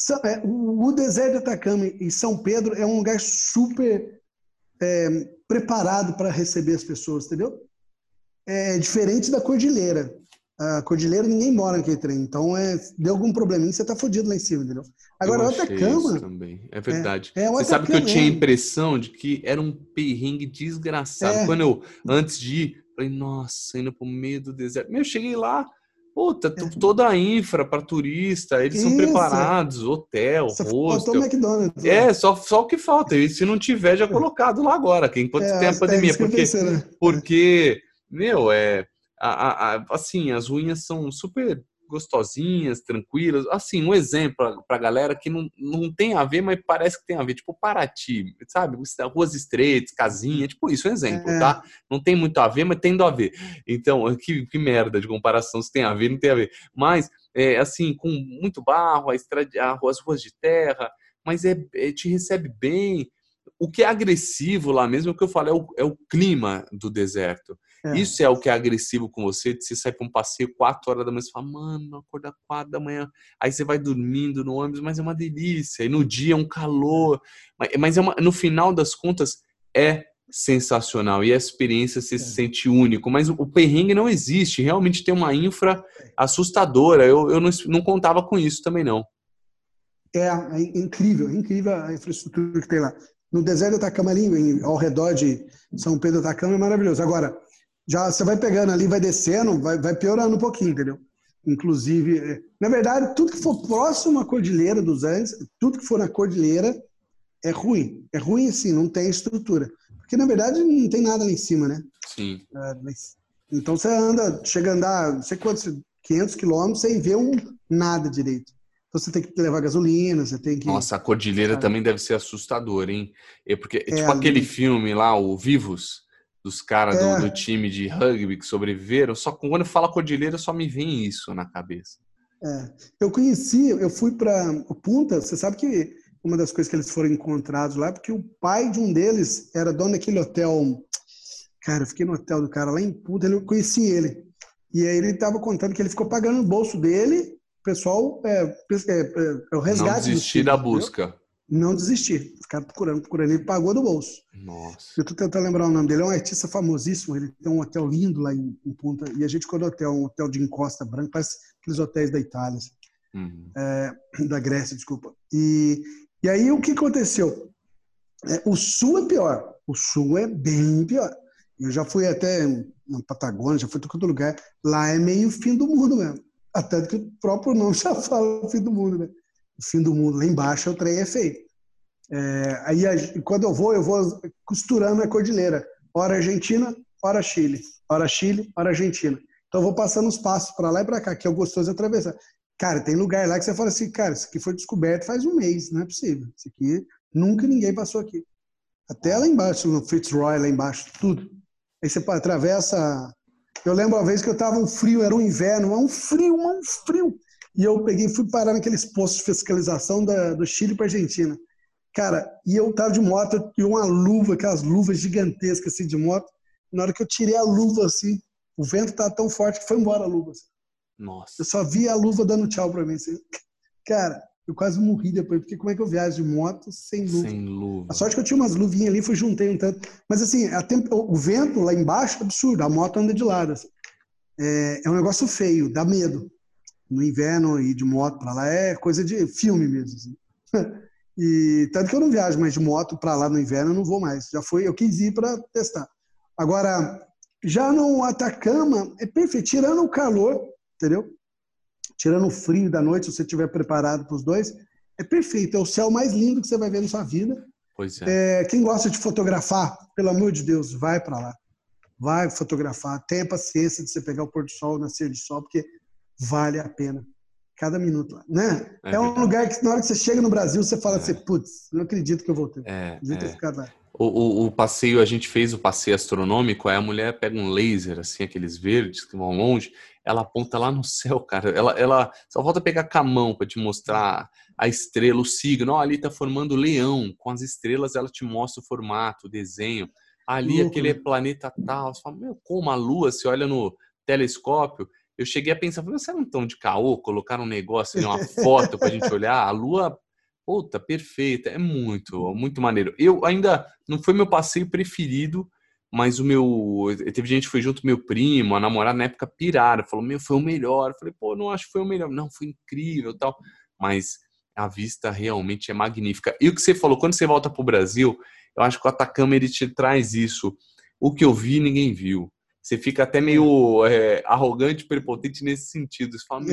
o deserto de Atacama e São Pedro é um lugar super preparado para receber as pessoas, entendeu? É diferente da Cordilheira. A Cordilheira ninguém mora naquele trem, então deu algum probleminha, você tá fodido lá em cima, entendeu? Agora, o Atacama... Isso também. É verdade. Você Atacama, sabe que eu tinha a impressão de que era um perrengue desgraçado. Quando eu, antes de ir, falei: nossa, indo pro meio do deserto. Eu cheguei lá, puta, toda a infra para turista, eles são preparados, hotel, hostel. McDonald's. Só o que falta. E se não tiver, já colocado lá agora, que enquanto tem a pandemia. Porque, assim, as ruínas são super gostosinhas, tranquilas. Assim, um exemplo pra galera que não tem a ver, mas parece que tem a ver. Tipo Paraty, sabe? Ruas estreitas, casinha, tipo isso, um exemplo, tá? Não tem muito a ver, mas tendo a ver. Então, que merda de comparação, se tem a ver, não tem a ver. Mas, assim, com muito barro, as ruas de terra, mas te recebe bem. O que é agressivo lá mesmo, é o que eu falo, é o clima do deserto. Isso é o que é agressivo com você, de você sair para um passeio 4 horas da manhã, você fala: mano, acordar 4 da manhã, aí você vai dormindo no ônibus, mas é uma delícia, e no dia é um calor, mas no final das contas é sensacional, e a experiência você se sente único, mas o perrengue não existe, realmente tem uma infra assustadora, eu não contava com isso também não. É incrível a infraestrutura que tem lá. No deserto do Atacama, ali, ao redor de São Pedro do Atacama, é maravilhoso. Agora, já você vai pegando ali, vai descendo, vai piorando um pouquinho, entendeu? Inclusive, na verdade, tudo que for próximo à Cordilheira dos Andes, tudo que for na Cordilheira é ruim. É ruim assim, não tem estrutura. Porque, na verdade, não tem nada lá em cima, né? Sim. Então, você chega a andar, não sei quantos, 500 quilômetros, sem ver nada direito. Então, você tem que levar gasolina, você tem que... Nossa, a Cordilheira também deve ser assustadora, hein? Porque, tipo aquele filme lá, o Vivos, dos caras do time de rugby que sobreviveram, só quando fala Cordilheira só me vem isso na cabeça. Eu fui para o Punta, você sabe que uma das coisas que eles foram encontrados lá, porque o pai de um deles era dono daquele hotel, cara, eu fiquei no hotel do cara lá em Punta, eu conheci ele, e aí ele estava contando que ele ficou pagando no bolso dele, o pessoal, o resgate. Não desistir da busca. Não desisti. Ficar procurando. Ele pagou do bolso. Nossa. Eu tô tentando lembrar o nome dele. É um artista famosíssimo. Ele tem um hotel lindo lá em Punta. E a gente ficou no hotel, um hotel de encosta branca, parece aqueles hotéis da Itália, assim. Da Grécia, desculpa. E aí o que aconteceu? O Sul é pior. O Sul é bem pior. Eu já fui até na Patagônia, já fui em todo lugar. Lá é meio fim do mundo mesmo. Até que o próprio nome já fala fim do mundo, né? O fim do mundo. Lá embaixo o trem é feio. Aí quando eu vou costurando a cordilheira. Hora Argentina, hora Chile. Hora Chile, hora Argentina. Então eu vou passando os passos para lá e para cá, que é o gostoso de atravessar. Cara, tem lugar lá que você fala assim, cara, isso aqui foi descoberto faz um mês, não é possível. Isso aqui, nunca ninguém passou aqui. Até lá embaixo, no Fitzroy, lá embaixo, tudo. Aí você atravessa... Eu lembro uma vez que eu tava um frio, era um inverno, um frio. E eu fui parar naqueles postos de fiscalização do Chile para Argentina. Cara, e eu tava de moto, e uma luva, aquelas luvas gigantescas assim de moto. Na hora que eu tirei a luva assim, o vento tava tão forte que foi embora a luva. Assim. Nossa. Eu só vi a luva dando tchau pra mim. Assim. Cara, eu quase morri depois, porque como é que eu viajo de moto sem luva? Sem luva. A sorte que eu tinha umas luvinhas ali, juntei um tanto. Mas assim, o vento lá embaixo é absurdo, a moto anda de lado. Assim. É um negócio feio, dá medo. No inverno ir de moto pra lá é coisa de filme mesmo. Assim. E tanto que eu não viajo mais de moto pra lá no inverno, eu não vou mais. Já foi, eu quis ir pra testar. Agora, já no Atacama, é perfeito, tirando o calor, entendeu? Tirando o frio da noite, se você estiver preparado para os dois, é perfeito. É o céu mais lindo que você vai ver na sua vida. Pois é. Quem gosta de fotografar, pelo amor de Deus, vai para lá. Vai fotografar. Tenha paciência de você pegar o pôr do sol, o nascer de sol, porque vale a pena. Cada minuto lá, né? É um lugar que na hora que você chega no Brasil, você fala assim, putz, não acredito que eu voltei. Devia ter ficado lá. O passeio, a gente fez o passeio astronômico, aí a mulher pega um laser, assim, aqueles verdes que vão longe, ela aponta lá no céu, cara. Ela só falta pegar com a mão para te mostrar a estrela, o signo. Ali tá formando leão, com as estrelas ela te mostra o formato, o desenho. Ali aquele planeta tal. Você fala, meu, como a Lua, você olha no telescópio. Eu cheguei a pensar, você não tão de caô, colocar um negócio ali, uma foto pra gente olhar, a Lua... Puta, perfeita, é muito, muito maneiro. Eu ainda, não foi meu passeio preferido, mas teve gente que foi junto, meu primo, a namorada na época piraram, falou, meu, foi o melhor. Eu falei, pô, não acho que foi o melhor. Não, foi incrível tal, mas a vista realmente é magnífica. E o que você falou, quando você volta pro Brasil, eu acho que o Atacama, ele te traz isso. O que eu vi, ninguém viu. Você fica até meio arrogante, prepotente nesse sentido. Você fala, meu,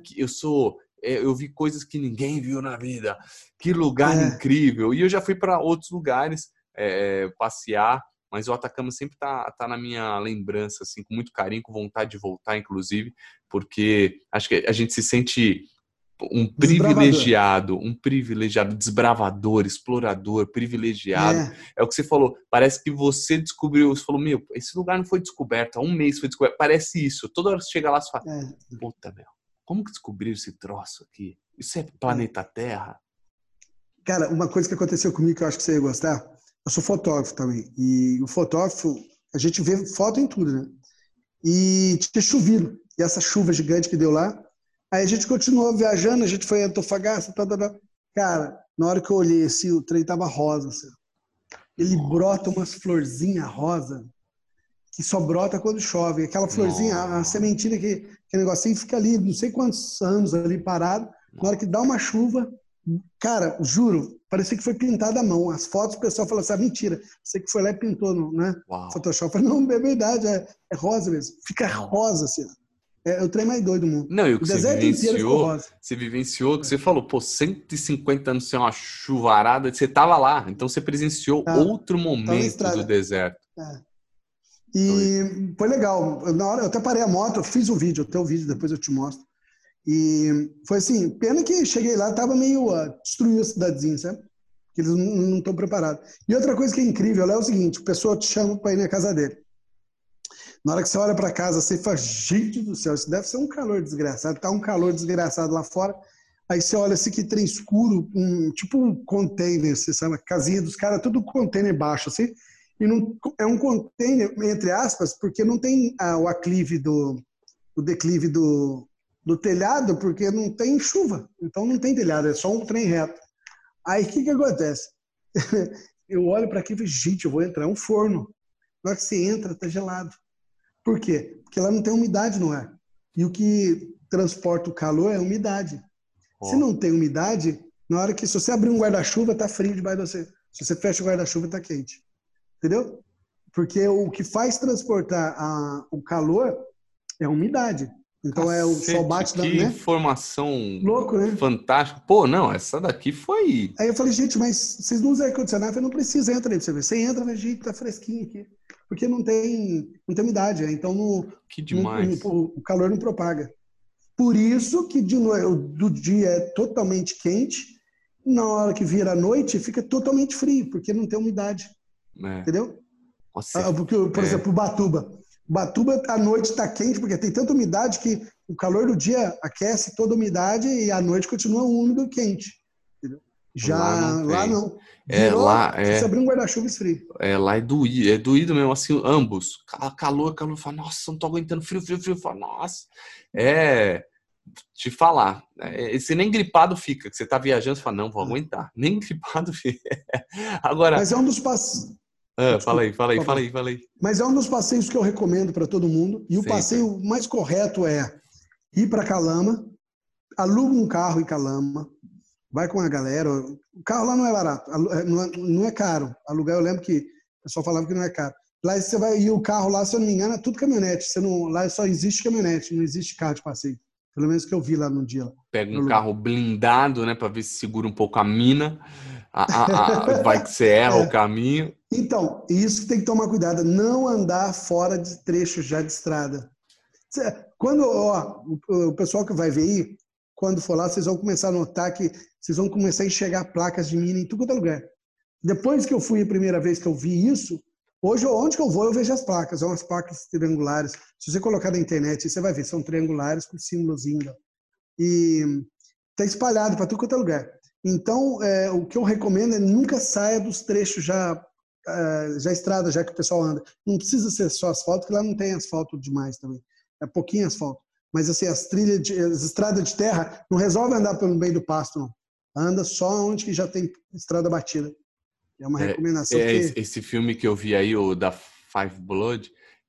eu vi coisas que ninguém viu na vida. Que lugar incrível. E eu já fui para outros lugares passear, mas o Atacama sempre tá na minha lembrança, assim, com muito carinho, com vontade de voltar, inclusive, porque acho que a gente se sente um privilegiado, desbravador, explorador, privilegiado. É o que você falou, parece que você descobriu, você falou, meu, esse lugar não foi descoberto, há um mês foi descoberto, parece isso. Toda hora que você chega lá, você fala, puta, meu, como que descobriram esse troço aqui? Isso é planeta Terra? Cara, uma coisa que aconteceu comigo que eu acho que você ia gostar, eu sou fotógrafo também, e o fotógrafo, a gente vê foto em tudo, né? E tinha chovido, e essa chuva gigante que deu lá, aí a gente continuou viajando, a gente foi em Antofagasta, Cara, na hora que eu olhei assim, o trem tava rosa, assim. Ele brota umas florzinhas rosa, que só brota quando chove. Aquela florzinha, a sementinha, que negocinho fica ali, não sei quantos anos ali parado. Na hora que dá uma chuva, cara, juro, parecia que foi pintado à mão. As fotos, o pessoal fala assim, mentira, você que foi lá e pintou, né? Photoshop. Eu falei, não, é verdade, é rosa mesmo. Fica rosa, assim. É o trem mais doido do mundo. Não, e o que você vivenciou, que você falou, pô, 150 anos sem uma chuvarada, você tava lá, então você presenciou outro momento do deserto. E foi legal. Na hora, eu até parei a moto, eu fiz um vídeo, até o vídeo, depois eu te mostro. E foi assim, pena que cheguei lá, tava meio destruiu a cidadezinha, sabe? Que eles não estão preparados. E outra coisa que é incrível lá é o seguinte, o pessoal te chama para ir na casa dele. Na hora que você olha para casa, você fala, gente do céu, isso deve ser um calor desgraçado. Tá um calor desgraçado lá fora. Aí você olha assim, que trem escuro, tipo um container, você sabe, a casinha dos caras, tudo container baixo, assim. E não, é um container, entre aspas, porque não tem o aclive o declive do telhado, porque não tem chuva. Então não tem telhado, é só um trem reto. Aí o que acontece? Eu olho para aqui e falo, gente, eu vou entrar, é um forno. Na hora que você entra, tá gelado. Por quê? Porque lá não tem umidade no ar. E o que transporta o calor é a umidade. Se Ó, não tem umidade, na hora que, se você abrir um guarda-chuva, tá frio debaixo de você. Se você fecha o guarda-chuva, tá quente. Entendeu? Porque o que faz transportar o calor é a umidade. Então o sol cacete, bate, que né? informação Louco, né? fantástica. Pô, não, essa daqui foi... Aí eu falei, gente, mas vocês não usam ar-condicionado? Eu falei, não precisa, entra aí pra você ver. Você entra, mas, gente, tá fresquinho aqui. Porque não tem umidade, né? Então Que demais. o calor não propaga. Por isso que do dia é totalmente quente, na hora que vira a noite fica totalmente frio, porque não tem umidade, É. entendeu? Nossa, Porque, por é, exemplo, Ubatuba. Ubatuba, à noite está quente, porque tem tanta umidade que o calor do dia aquece toda a umidade e à noite continua úmido e quente. Entendeu? lá não Já lá tem. não. É, lá Virou, se você abrir um guarda-chuva, esfria. lá é doído mesmo, assim, ambos. Calor, calor, fala, nossa, não tô aguentando, frio, frio, frio, fala, nossa. É, te falar, você nem gripado fica, que você tá viajando, você fala, não, vou aguentar. Nem gripado fica. Agora, Mas é um dos passeios. fala Desculpa, aí, fala aí, pode fala falar. aí, fala aí. Mas é um dos passeios que eu recomendo para todo mundo. E o Sempre. passeio mais correto é ir para Calama, aluga um carro em Calama, vai com a galera. O carro lá não é barato, não é caro. Alugar, eu lembro que o pessoal falava que não é caro. Lá você vai, e o carro lá, se eu não me engano, é tudo caminhonete. Lá só existe caminhonete, não existe carro de passeio. Pelo menos que eu vi lá no dia, lá, Pega no um lugar. carro blindado, né, pra ver se segura um pouco a mina. Vai que você erra o É, caminho. então, isso que tem que tomar cuidado, não andar fora de trecho já de estrada. Quando, ó, o pessoal que vai ver aí, quando for lá, vocês vão começar a notar que vocês vão começar a enxergar placas de mina em tudo quanto é lugar. Depois que eu fui a primeira vez que eu vi isso, hoje, onde que eu vou, eu vejo as placas. São umas placas triangulares. Se você colocar na internet, você vai ver, são triangulares com símbolozinho. E está espalhado para tudo quanto é lugar. Então, o que eu recomendo é nunca saia dos trechos já estrada, já que o pessoal anda. Não precisa ser só asfalto, porque lá não tem asfalto demais também. É pouquinho asfalto. Mas assim, as estradas de terra não resolve andar pelo meio do pasto, não. Anda só onde que já tem estrada batida. É uma recomendação, porque Esse filme que eu vi aí, o da Five Blood,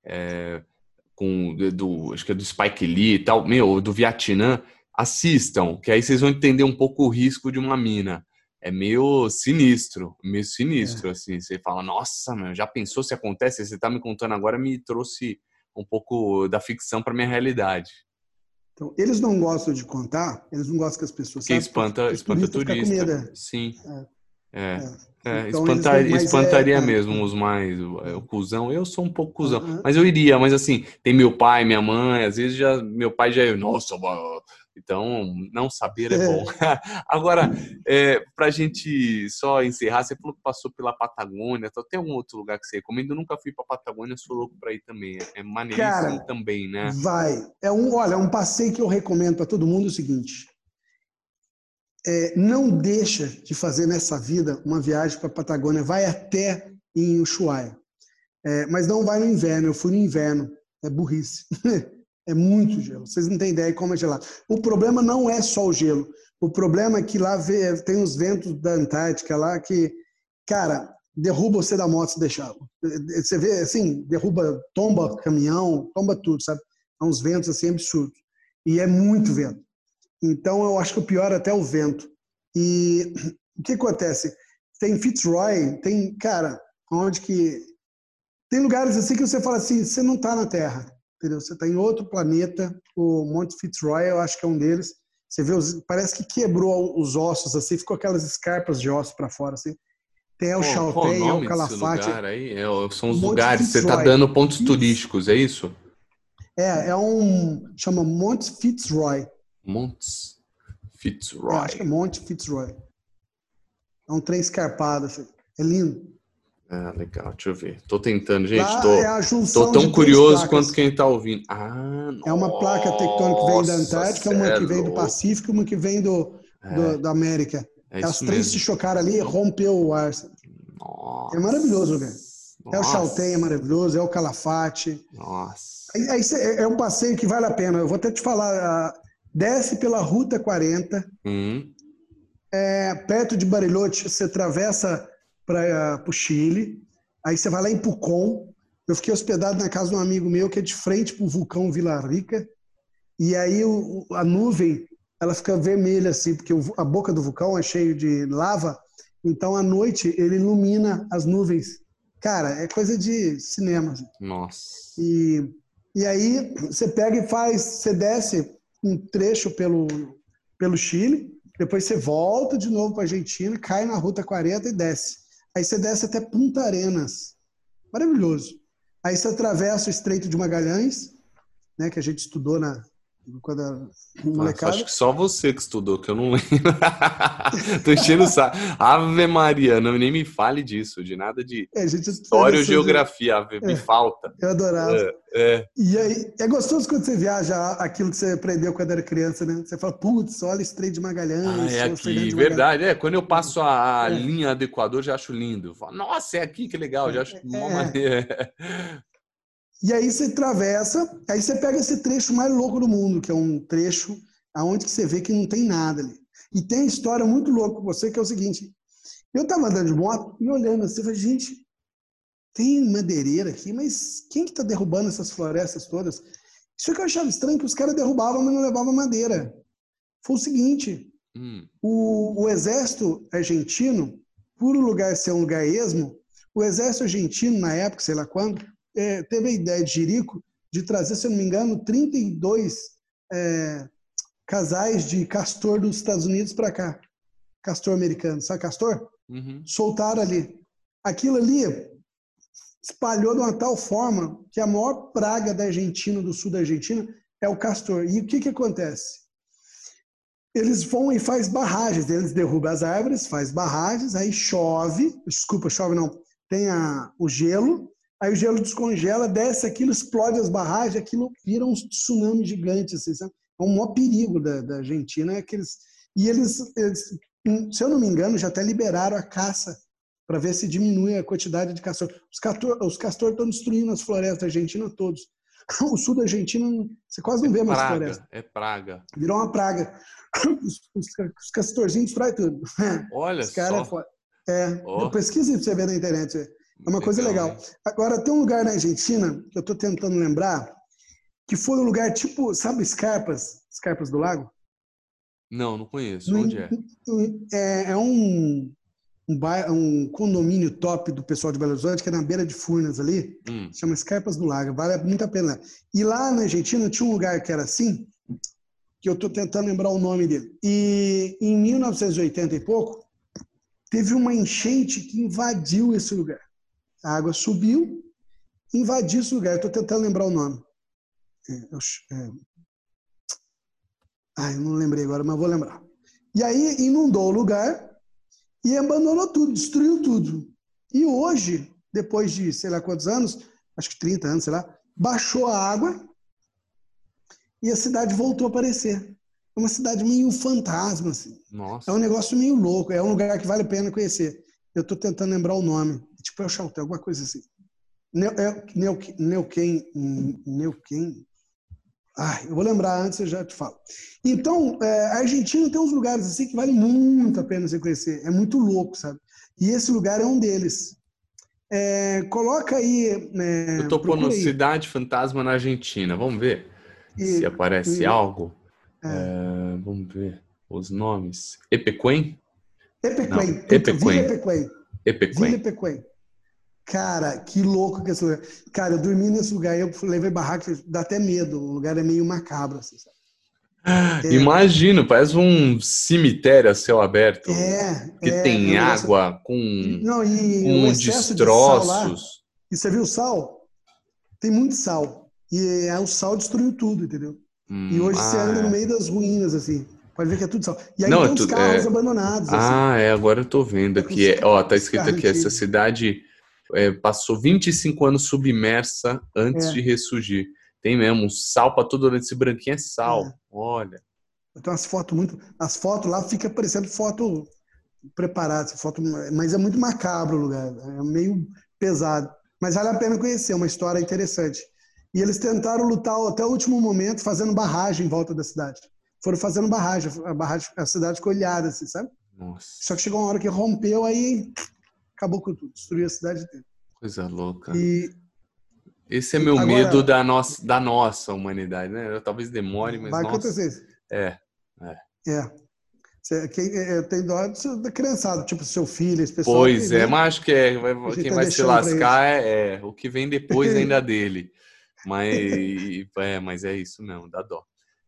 acho que é do Spike Lee e tal, meu, do Vietnã, assistam, que aí vocês vão entender um pouco o risco de uma mina. É meio sinistro, assim. Você fala, nossa, meu, já pensou se acontece? Você tá me contando agora, me trouxe um pouco da ficção para minha realidade. então, eles não gostam de contar, eles não gostam que as pessoas Porque saibam, porque espanta, os espanta turistas ficam com medo. turista. Sim. É, Então eles não. Mas espantaria mesmo os mais, o é, cuzão. Eu sou um pouco é, cuzão, é, mas eu iria. Mas assim, tem meu pai, minha mãe, às vezes já meu pai já é, nossa, então não saber é bom. é. Agora, pra gente só encerrar, você falou que passou pela Patagônia, então tem algum outro lugar que você recomenda? Eu nunca fui pra Patagônia, sou louco pra ir também. É maneiríssimo Cara, também, né? vai. Olha, um passeio que eu recomendo para todo mundo é o seguinte: não deixa de fazer nessa vida uma viagem para a Patagônia, vai até em Ushuaia. Mas não vai no inverno, eu fui no inverno, é burrice. É muito gelo, vocês não têm ideia de como é gelado. O problema não é só o gelo, o problema é que lá tem os ventos da Antártica lá que, cara, derruba você da moto se deixar. Você vê, assim, derruba, tomba caminhão, tomba tudo, sabe? São uns ventos assim absurdos. E é muito vento. Então, eu acho que o pior é até o vento. E o que acontece? Tem Fitzroy, tem, cara, onde que... Tem lugares assim que você fala assim, você não está na Terra, entendeu? Você está em outro planeta. O Monte Fitzroy, eu acho que é um deles. Você vê, parece que quebrou os ossos, assim, ficou aquelas escarpas de ossos para fora, assim. Tem El Qual o Chaltén, El nome desse Calafate, lugar aí? São os Monte lugares, você tá Fitzroy. dando pontos Fitz, turísticos, é isso? chama Monte Fitzroy. Montes Acho que é Fitzroy. Monte Fitzroy. É um trem escarpado, assim. É lindo. Ah, legal, deixa eu ver. Tô tentando, gente. Lá é Tô, a tô junção tão de três curioso quanto placas. quem tá ouvindo. É uma placa tectônica que vem da Nossa, Antártica, cê uma é que vem do louco. Pacífico e uma que vem da América. É As isso três se mesmo. chocaram ali e rompeu o ar. É maravilhoso o lugar. Nossa, É o Chaltén, é nossa, maravilhoso, é o Calafate. nossa. É um passeio que vale a pena. Eu vou até te falar, desce pela Ruta 40, Hum, perto de Bariloche, você atravessa para o Chile, aí você vai lá em Pucón. Eu fiquei hospedado na casa de um amigo meu que é de frente para o vulcão Vila Rica, e aí a nuvem ela fica vermelha assim, porque a boca do vulcão é cheio de lava, então à noite ele ilumina as nuvens. Cara, é coisa de cinema. Assim. Nossa. E aí você pega e você desce um trecho pelo Chile, depois você volta de novo para a Argentina, cai na Ruta 40 e desce. Aí você desce até Punta Arenas. Maravilhoso. Aí você atravessa o Estreito de Magalhães, né, que a gente estudou quando era molecada. Acho que só você que estudou, que eu não lembro. Tô enchendo o saco. Ave Maria, não, nem me fale disso, de nada de A gente história ou geografia, me falta. Eu adorava. E aí, é gostoso quando você viaja aquilo que você aprendeu quando era criança, né? Você fala, putz, olha o Estreito de Magalhães. É aqui, verdade. Quando eu passo a linha do Equador, já acho lindo. Eu falo, nossa, é aqui, que legal. Já acho uma maneira. E aí você atravessa, aí você pega esse trecho mais louco do mundo, que é um trecho aonde que você vê que não tem nada ali. E tem história muito louca com você, que é o seguinte, eu tava andando de moto e olhando assim, eu falei, gente, tem madeireira aqui, mas quem que tá derrubando essas florestas todas? Isso que eu achava estranho, que os caras derrubavam, mas não levavam madeira. Foi o seguinte, o exército argentino, por o lugar ser um lugar esmo, o exército argentino, na época, sei lá quando, teve a ideia de Jerico de trazer, se eu não me engano, 32 casais de castor dos Estados Unidos para cá. Castor americano, sabe castor? Uhum. Soltaram ali. Aquilo ali espalhou de uma tal forma que a maior praga da Argentina, do sul da Argentina, é o castor. E o que acontece? Eles vão e faz barragens, eles derrubam as árvores, faz barragens, aí chove não, tem o gelo, aí o gelo descongela, desce aquilo, explode as barragens, aquilo vira um tsunami gigante, assim, sabe? É um maior perigo da Argentina, eles, se eu não me engano, já até liberaram a caça para ver se diminui a quantidade de castor. Os castores estão destruindo as florestas da Argentina todos. O sul da Argentina, você quase não vê mais floresta. É praga. Virou uma praga. Os castorzinhos destrói tudo. Olha só. Pesquisa para você ver na internet. É uma coisa legal. Agora, tem um lugar na Argentina, que eu estou tentando lembrar, que foi um lugar tipo, sabe Escarpas do Lago? Não conheço. Onde é? É um condomínio top do pessoal de Belo Horizonte, que é na beira de Furnas ali, chama Escarpas do Lago, vale muito a pena. E lá na Argentina tinha um lugar que era assim, que eu estou tentando lembrar o nome dele. E em 1980 e pouco, teve uma enchente que invadiu esse lugar. A água subiu, invadiu esse lugar. Eu estou tentando lembrar o nome. Eu não lembrei agora, mas vou lembrar. E aí inundou o lugar e abandonou tudo, destruiu tudo. E hoje, depois de sei lá quantos anos, acho que 30 anos, sei lá, baixou a água e a cidade voltou a aparecer. É uma cidade meio fantasma, assim. Nossa. É um negócio meio louco, é um lugar que vale a pena conhecer. Eu estou tentando lembrar o nome. Tipo, é o Chaltén, alguma coisa assim. Neuquén. Eu vou lembrar antes, eu já te falo. Então, a Argentina tem uns lugares assim que vale muito a pena você conhecer. É muito louco, sabe? E esse lugar é um deles. Coloca aí... eu tô pondo Cidade Fantasma na Argentina. Vamos ver se aparece algo. Vamos ver os nomes. Epequém? Vila Epequém. Cara, que louco que esse lugar. Cara, eu dormi nesse lugar, eu levei barraca, dá até medo. O lugar é meio macabro, assim, sabe? Imagino, parece um cemitério a céu aberto. Que tem água com o excesso destroços. De sal lá. E você viu o sal? Tem muito sal. E o sal destruiu tudo, entendeu? E hoje você anda no meio das ruínas, assim. Pode ver que é tudo sal. E aí tem os carros abandonados. Assim. Agora eu tô vendo aqui. Tá escrito aqui, essa cidade passou 25 anos submersa antes de ressurgir. Tem mesmo, sal pra todo lado, esse branquinho é sal. Olha. Tem umas fotos as fotos lá ficam parecendo foto preparada, mas é muito macabro o lugar. É meio pesado. Mas vale a pena conhecer, é uma história interessante. E eles tentaram lutar até o último momento, fazendo barragem em volta da cidade. Foram fazendo barragem, a cidade ficou ilhada, assim, sabe? Só Nossa, que chegou uma hora que rompeu, aí acabou com tudo, destruiu a cidade inteira. coisa louca. E, Esse é meu medo agora, da nossa humanidade, né? Talvez demore, mas vai nossa. acontecer isso. É, é. É. Tem dó da criançada, tipo seu filho, esse pessoal que, Pois é, né, mas acho que a gente quem tá vai se deixando para eles. lascar o que vem depois ainda dele. Mas é isso mesmo, dá dó.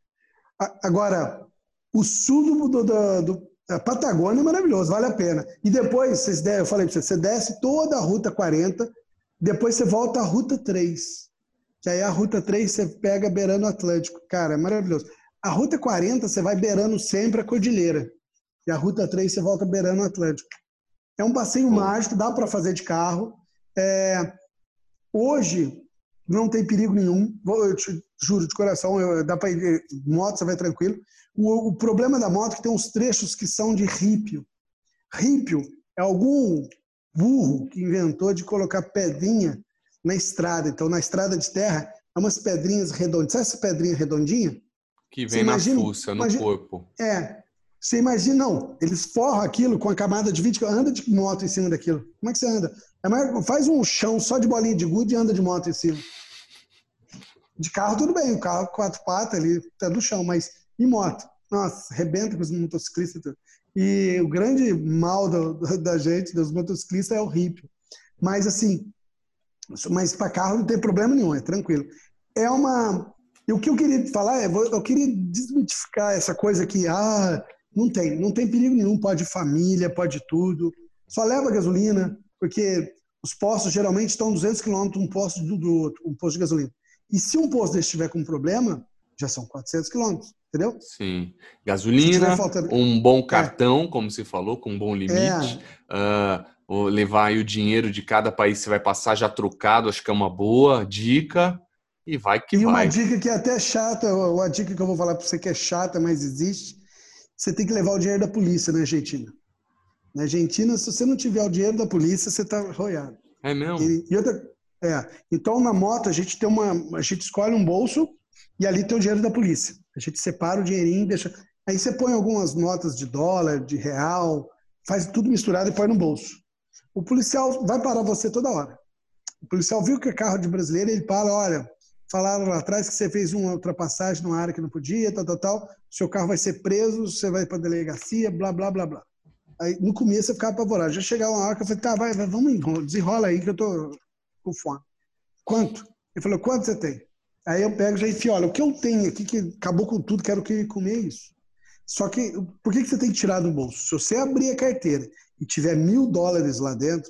Agora, o sul a Patagônia é maravilhoso, vale a pena. E depois, eu falei para você, você desce toda a Ruta 40, depois você volta à Ruta 3. Que aí a Ruta 3 você pega beirando o Atlântico. Cara, é maravilhoso. A Ruta 40 você vai beirando sempre a Cordilheira. E a Ruta 3 você volta beirando o Atlântico. É um passeio Pô, mágico, dá para fazer de carro. É, hoje não tem perigo nenhum. Eu te juro de coração, dá para ir de moto, você vai tranquilo. O problema da moto é que tem uns trechos que são de rípio. Rípio é algum burro que inventou de colocar pedrinha na estrada. Então, na estrada de terra, é umas pedrinhas redondinhas. Sabe essa pedrinha redondinha? que Você vem na imagina, fuça, no corpo. você imagina, não, eles forram aquilo com a camada de 20, anda de moto em cima daquilo. Como é que você anda? Faz um chão só de bolinha de gude e anda de moto em cima. De carro tudo bem, o carro quatro patas ali tá no chão, mas em moto, nossa, arrebenta com os motociclistas. Tudo. E o grande mal da gente, dos motociclistas, é o rípio. Mas assim, mas para carro não tem problema nenhum, é tranquilo. É uma. E o que eu queria falar eu queria desmitificar essa coisa que, não tem perigo nenhum, pode família, pode tudo. Só leva gasolina, porque os postos geralmente estão 200 quilômetros um posto do outro, um posto de gasolina. E se um posto desse estiver com um problema, já são 400 quilômetros, entendeu? Sim. Se tiver Gasolina, faltando. um bom É, cartão, como você falou, com um bom limite. é. Ou levar aí o dinheiro de cada país que você vai passar já trocado, acho que é uma boa dica. E vai que E uma vai. dica que é até chata, uma dica que eu vou falar para você que é chata, mas existe, você tem que levar o dinheiro da polícia na Argentina. Na Argentina, se você não tiver o dinheiro da polícia, você está arroiado. É mesmo? E outra, então, na moto, a gente escolhe um bolso e ali tem o dinheiro da polícia. A gente separa o dinheirinho, deixa. Aí você põe algumas notas de dólar, de real, faz tudo misturado e põe no bolso. O policial vai parar você toda hora. O policial viu que é carro de brasileiro, ele para, olha, falaram lá atrás que você fez uma ultrapassagem numa área que não podia, tal. Seu carro vai ser preso, você vai para a delegacia, blá, blá, blá, blá. Aí, no começo eu ficava apavorado. Já chegava uma hora que eu falei, tá, vai, vamos, desenrola aí que eu tô com fome. Quanto? Ele falou, quanto você tem? Aí eu pego e já enfio, olha, o que eu tenho aqui que acabou com tudo, quero que comer isso. Só que, por que você tem que tirar do bolso? Se você abrir a carteira e tiver $1.000 lá dentro,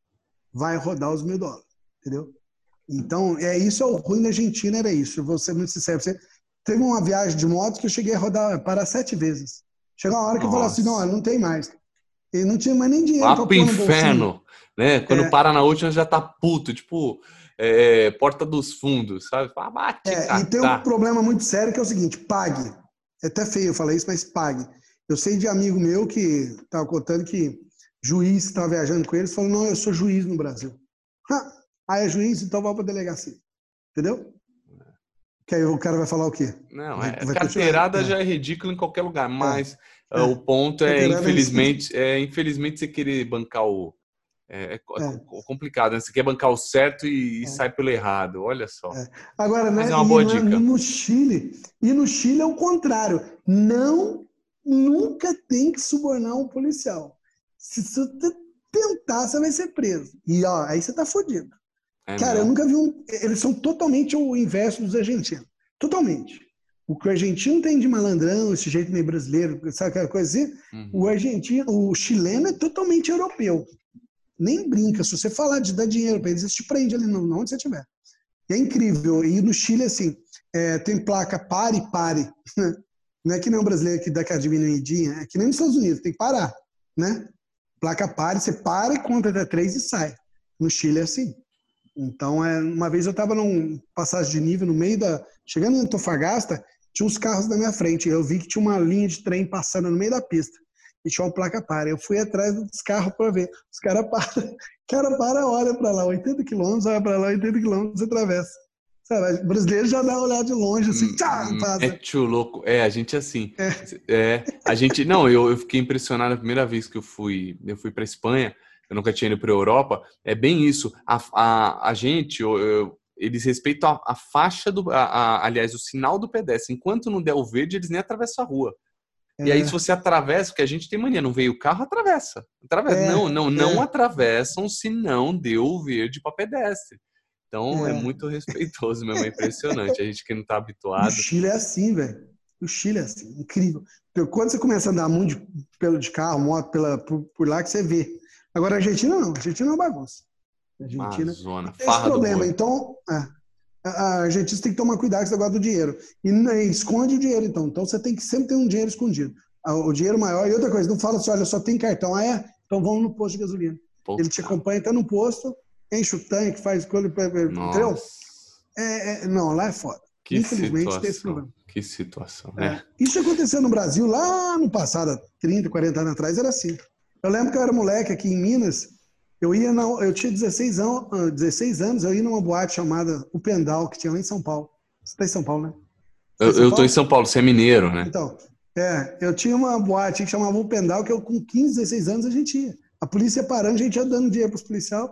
vai rodar os $1.000, entendeu? Então, isso é o ruim da Argentina, era isso. Você não se serve. Teve uma viagem de moto que eu cheguei a parar 7 vezes. Chegou uma hora que eu falei assim, não, Nossa. não tem mais. Ele não tinha mais nem dinheiro Vá para pro pôr no bolsinho. inferno, né? Quando para na última já tá puto, tipo, porta dos fundos, sabe? Fala, vai te E tem um catar. problema muito sério que é o seguinte, pague. É até feio eu falar isso, mas pague. Eu sei de amigo meu que estava contando que juiz que estava viajando com eles falou, não, eu sou juiz no Brasil. É juiz, então vá para a delegacia. Entendeu? Que aí o cara vai falar o quê? Não, Vai continuar. carteirada já é ridículo em qualquer lugar, mas o É. ponto é, Carteirada é isso. infelizmente, você querer bancar o. É, Complicado, né? Você quer bancar o certo e é. sai pelo errado, olha só. Agora, Mas é né, uma boa dica. no Chile é o contrário. Não, nunca tem que subornar um policial. Se você tentar, você vai ser preso. E ó, aí você tá fodido. É Cara, eu mesmo. nunca vi eles são totalmente o inverso dos argentinos. Totalmente. O que o argentino tem de malandrão, esse jeito meio brasileiro, sabe aquela coisa assim? Uhum. O chileno é totalmente europeu. Nem brinca. Se você falar de dar dinheiro para eles, eles te prendem ali onde você estiver. E é incrível. E no Chile, assim, tem placa pare, pare. Não é que nem um brasileiro que dá aquela diminuidinha. É que nem nos Estados Unidos, tem que parar. Né? Placa pare, você para e conta até 3 e sai. No Chile é assim. Então, uma vez eu estava num passagem de nível no meio da. Chegando em Antofagasta, tinha uns carros na minha frente. Eu vi que tinha uma linha de trem passando no meio da pista. E tinha uma placa para. Eu fui atrás dos carros para ver. Os caras param. O cara para, olha para lá, 80 quilômetros, olha para lá, 80 quilômetros, atravessa. Sabe, o brasileiro já dá uma olhada de longe, assim, tchá, passa. Mete o louco. A gente é assim. A gente. Não, eu fiquei impressionado a primeira vez que eu fui para Espanha, eu nunca tinha ido para a Europa. É bem isso. A gente, eles respeitam a faixa aliás, o sinal do pedestre. Enquanto não der o verde, eles nem atravessam a rua. E aí, se você atravessa, porque a gente tem mania, não veio o carro, atravessa. Não atravessam se não deu o verde para pedestre. Então, é muito respeitoso mesmo, é impressionante. A gente que não está habituado. O Chile é assim, velho. O Chile é assim, incrível. Porque quando você começa a andar muito de carro, moto, por lá que você vê. Agora, a Argentina não. A Argentina é uma bagunça. A Argentina tem esse problema. Então, a Argentina tem que tomar cuidado com esse negócio do dinheiro. E esconde o dinheiro, então. Então, você tem que sempre ter um dinheiro escondido. O dinheiro maior. E outra coisa, não fala assim, olha, só tem cartão. Então vamos no posto de gasolina. Ele te acompanha, tá no posto, enche o tanque, faz coisa, entendeu? Não, lá é foda. Infelizmente tem esse problema. Que situação, né? Isso aconteceu no Brasil lá no passado, há 30, 40 anos atrás, era assim. Eu lembro que eu era moleque aqui em Minas, eu tinha 16 anos, eu ia numa boate chamada O Pendal, que tinha lá em São Paulo. Você tá em São Paulo, né? Eu tô em São Paulo, você é mineiro, né? Então, eu tinha uma boate que chamava O Pendal, que eu com 15, 16 anos a gente ia. A polícia ia parando, a gente ia dando dinheiro pros policiais.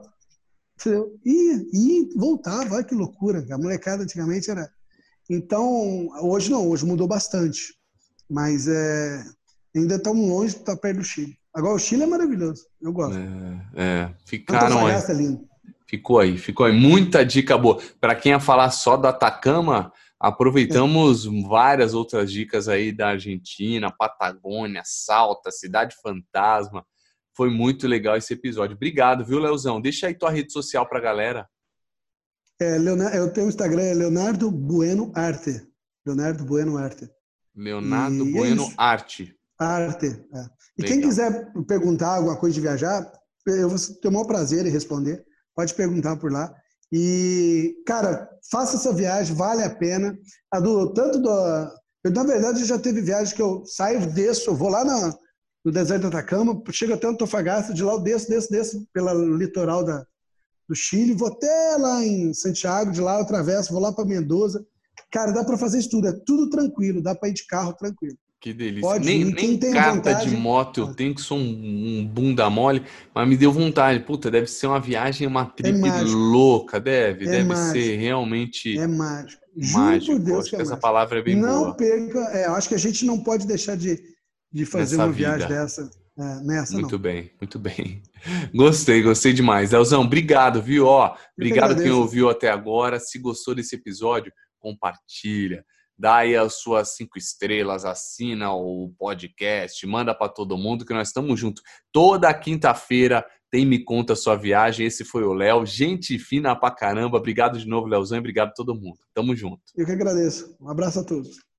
E voltava, olha que loucura. A molecada antigamente era... Então, hoje não, hoje mudou bastante. Mas ainda estamos longe de estar perto do Chile. Agora, o Chile é maravilhoso, eu gosto. Ficaram aí. É lindo. Ficou aí. Muita dica boa. Para quem ia falar só do Atacama, aproveitamos várias outras dicas aí da Argentina, Patagônia, Salta, Cidade Fantasma. Foi muito legal esse episódio. Obrigado, viu, Leozão? Deixa aí tua rede social pra galera. Eu tenho o Instagram, é Leonardo Bueno Arte. Leonardo Bueno Arte. Leonardo Bueno Arte. Arte. E quem quiser perguntar alguma coisa de viajar, eu vou ter o maior prazer em responder. Pode perguntar por lá. E, cara, faça essa viagem, vale a pena. Na verdade, já teve viagem que eu saio, desço, eu vou lá no deserto do Atacama, chego até Antofagasta, de lá eu desço pelo litoral do Chile, vou até lá em Santiago, de lá eu atravesso, vou lá para Mendoza. Cara, dá para fazer isso tudo, é tudo tranquilo, dá para ir de carro tranquilo. Que delícia. Pode ir, nem tem carta vontade, de moto eu tenho, que sou um bunda mole, mas me deu vontade. Puta, deve ser uma viagem, uma trip louca, deve ser realmente mágico. Mágico. Juro por Deus que é essa palavra é bem boa. Não perca, eu acho que a gente não pode deixar de fazer uma viagem dessa. Muito bem. Gostei demais. Leozão, obrigado, viu? Obrigado quem ouviu até agora. Se gostou desse episódio, compartilha. Dá aí as suas 5 estrelas, assina o podcast, manda para todo mundo que nós estamos juntos. Toda quinta-feira tem Me Conta Sua Viagem. Esse foi o Léo. Gente fina pra caramba. Obrigado de novo, Leozão, e obrigado a todo mundo. Tamo junto. Eu que agradeço. Um abraço a todos.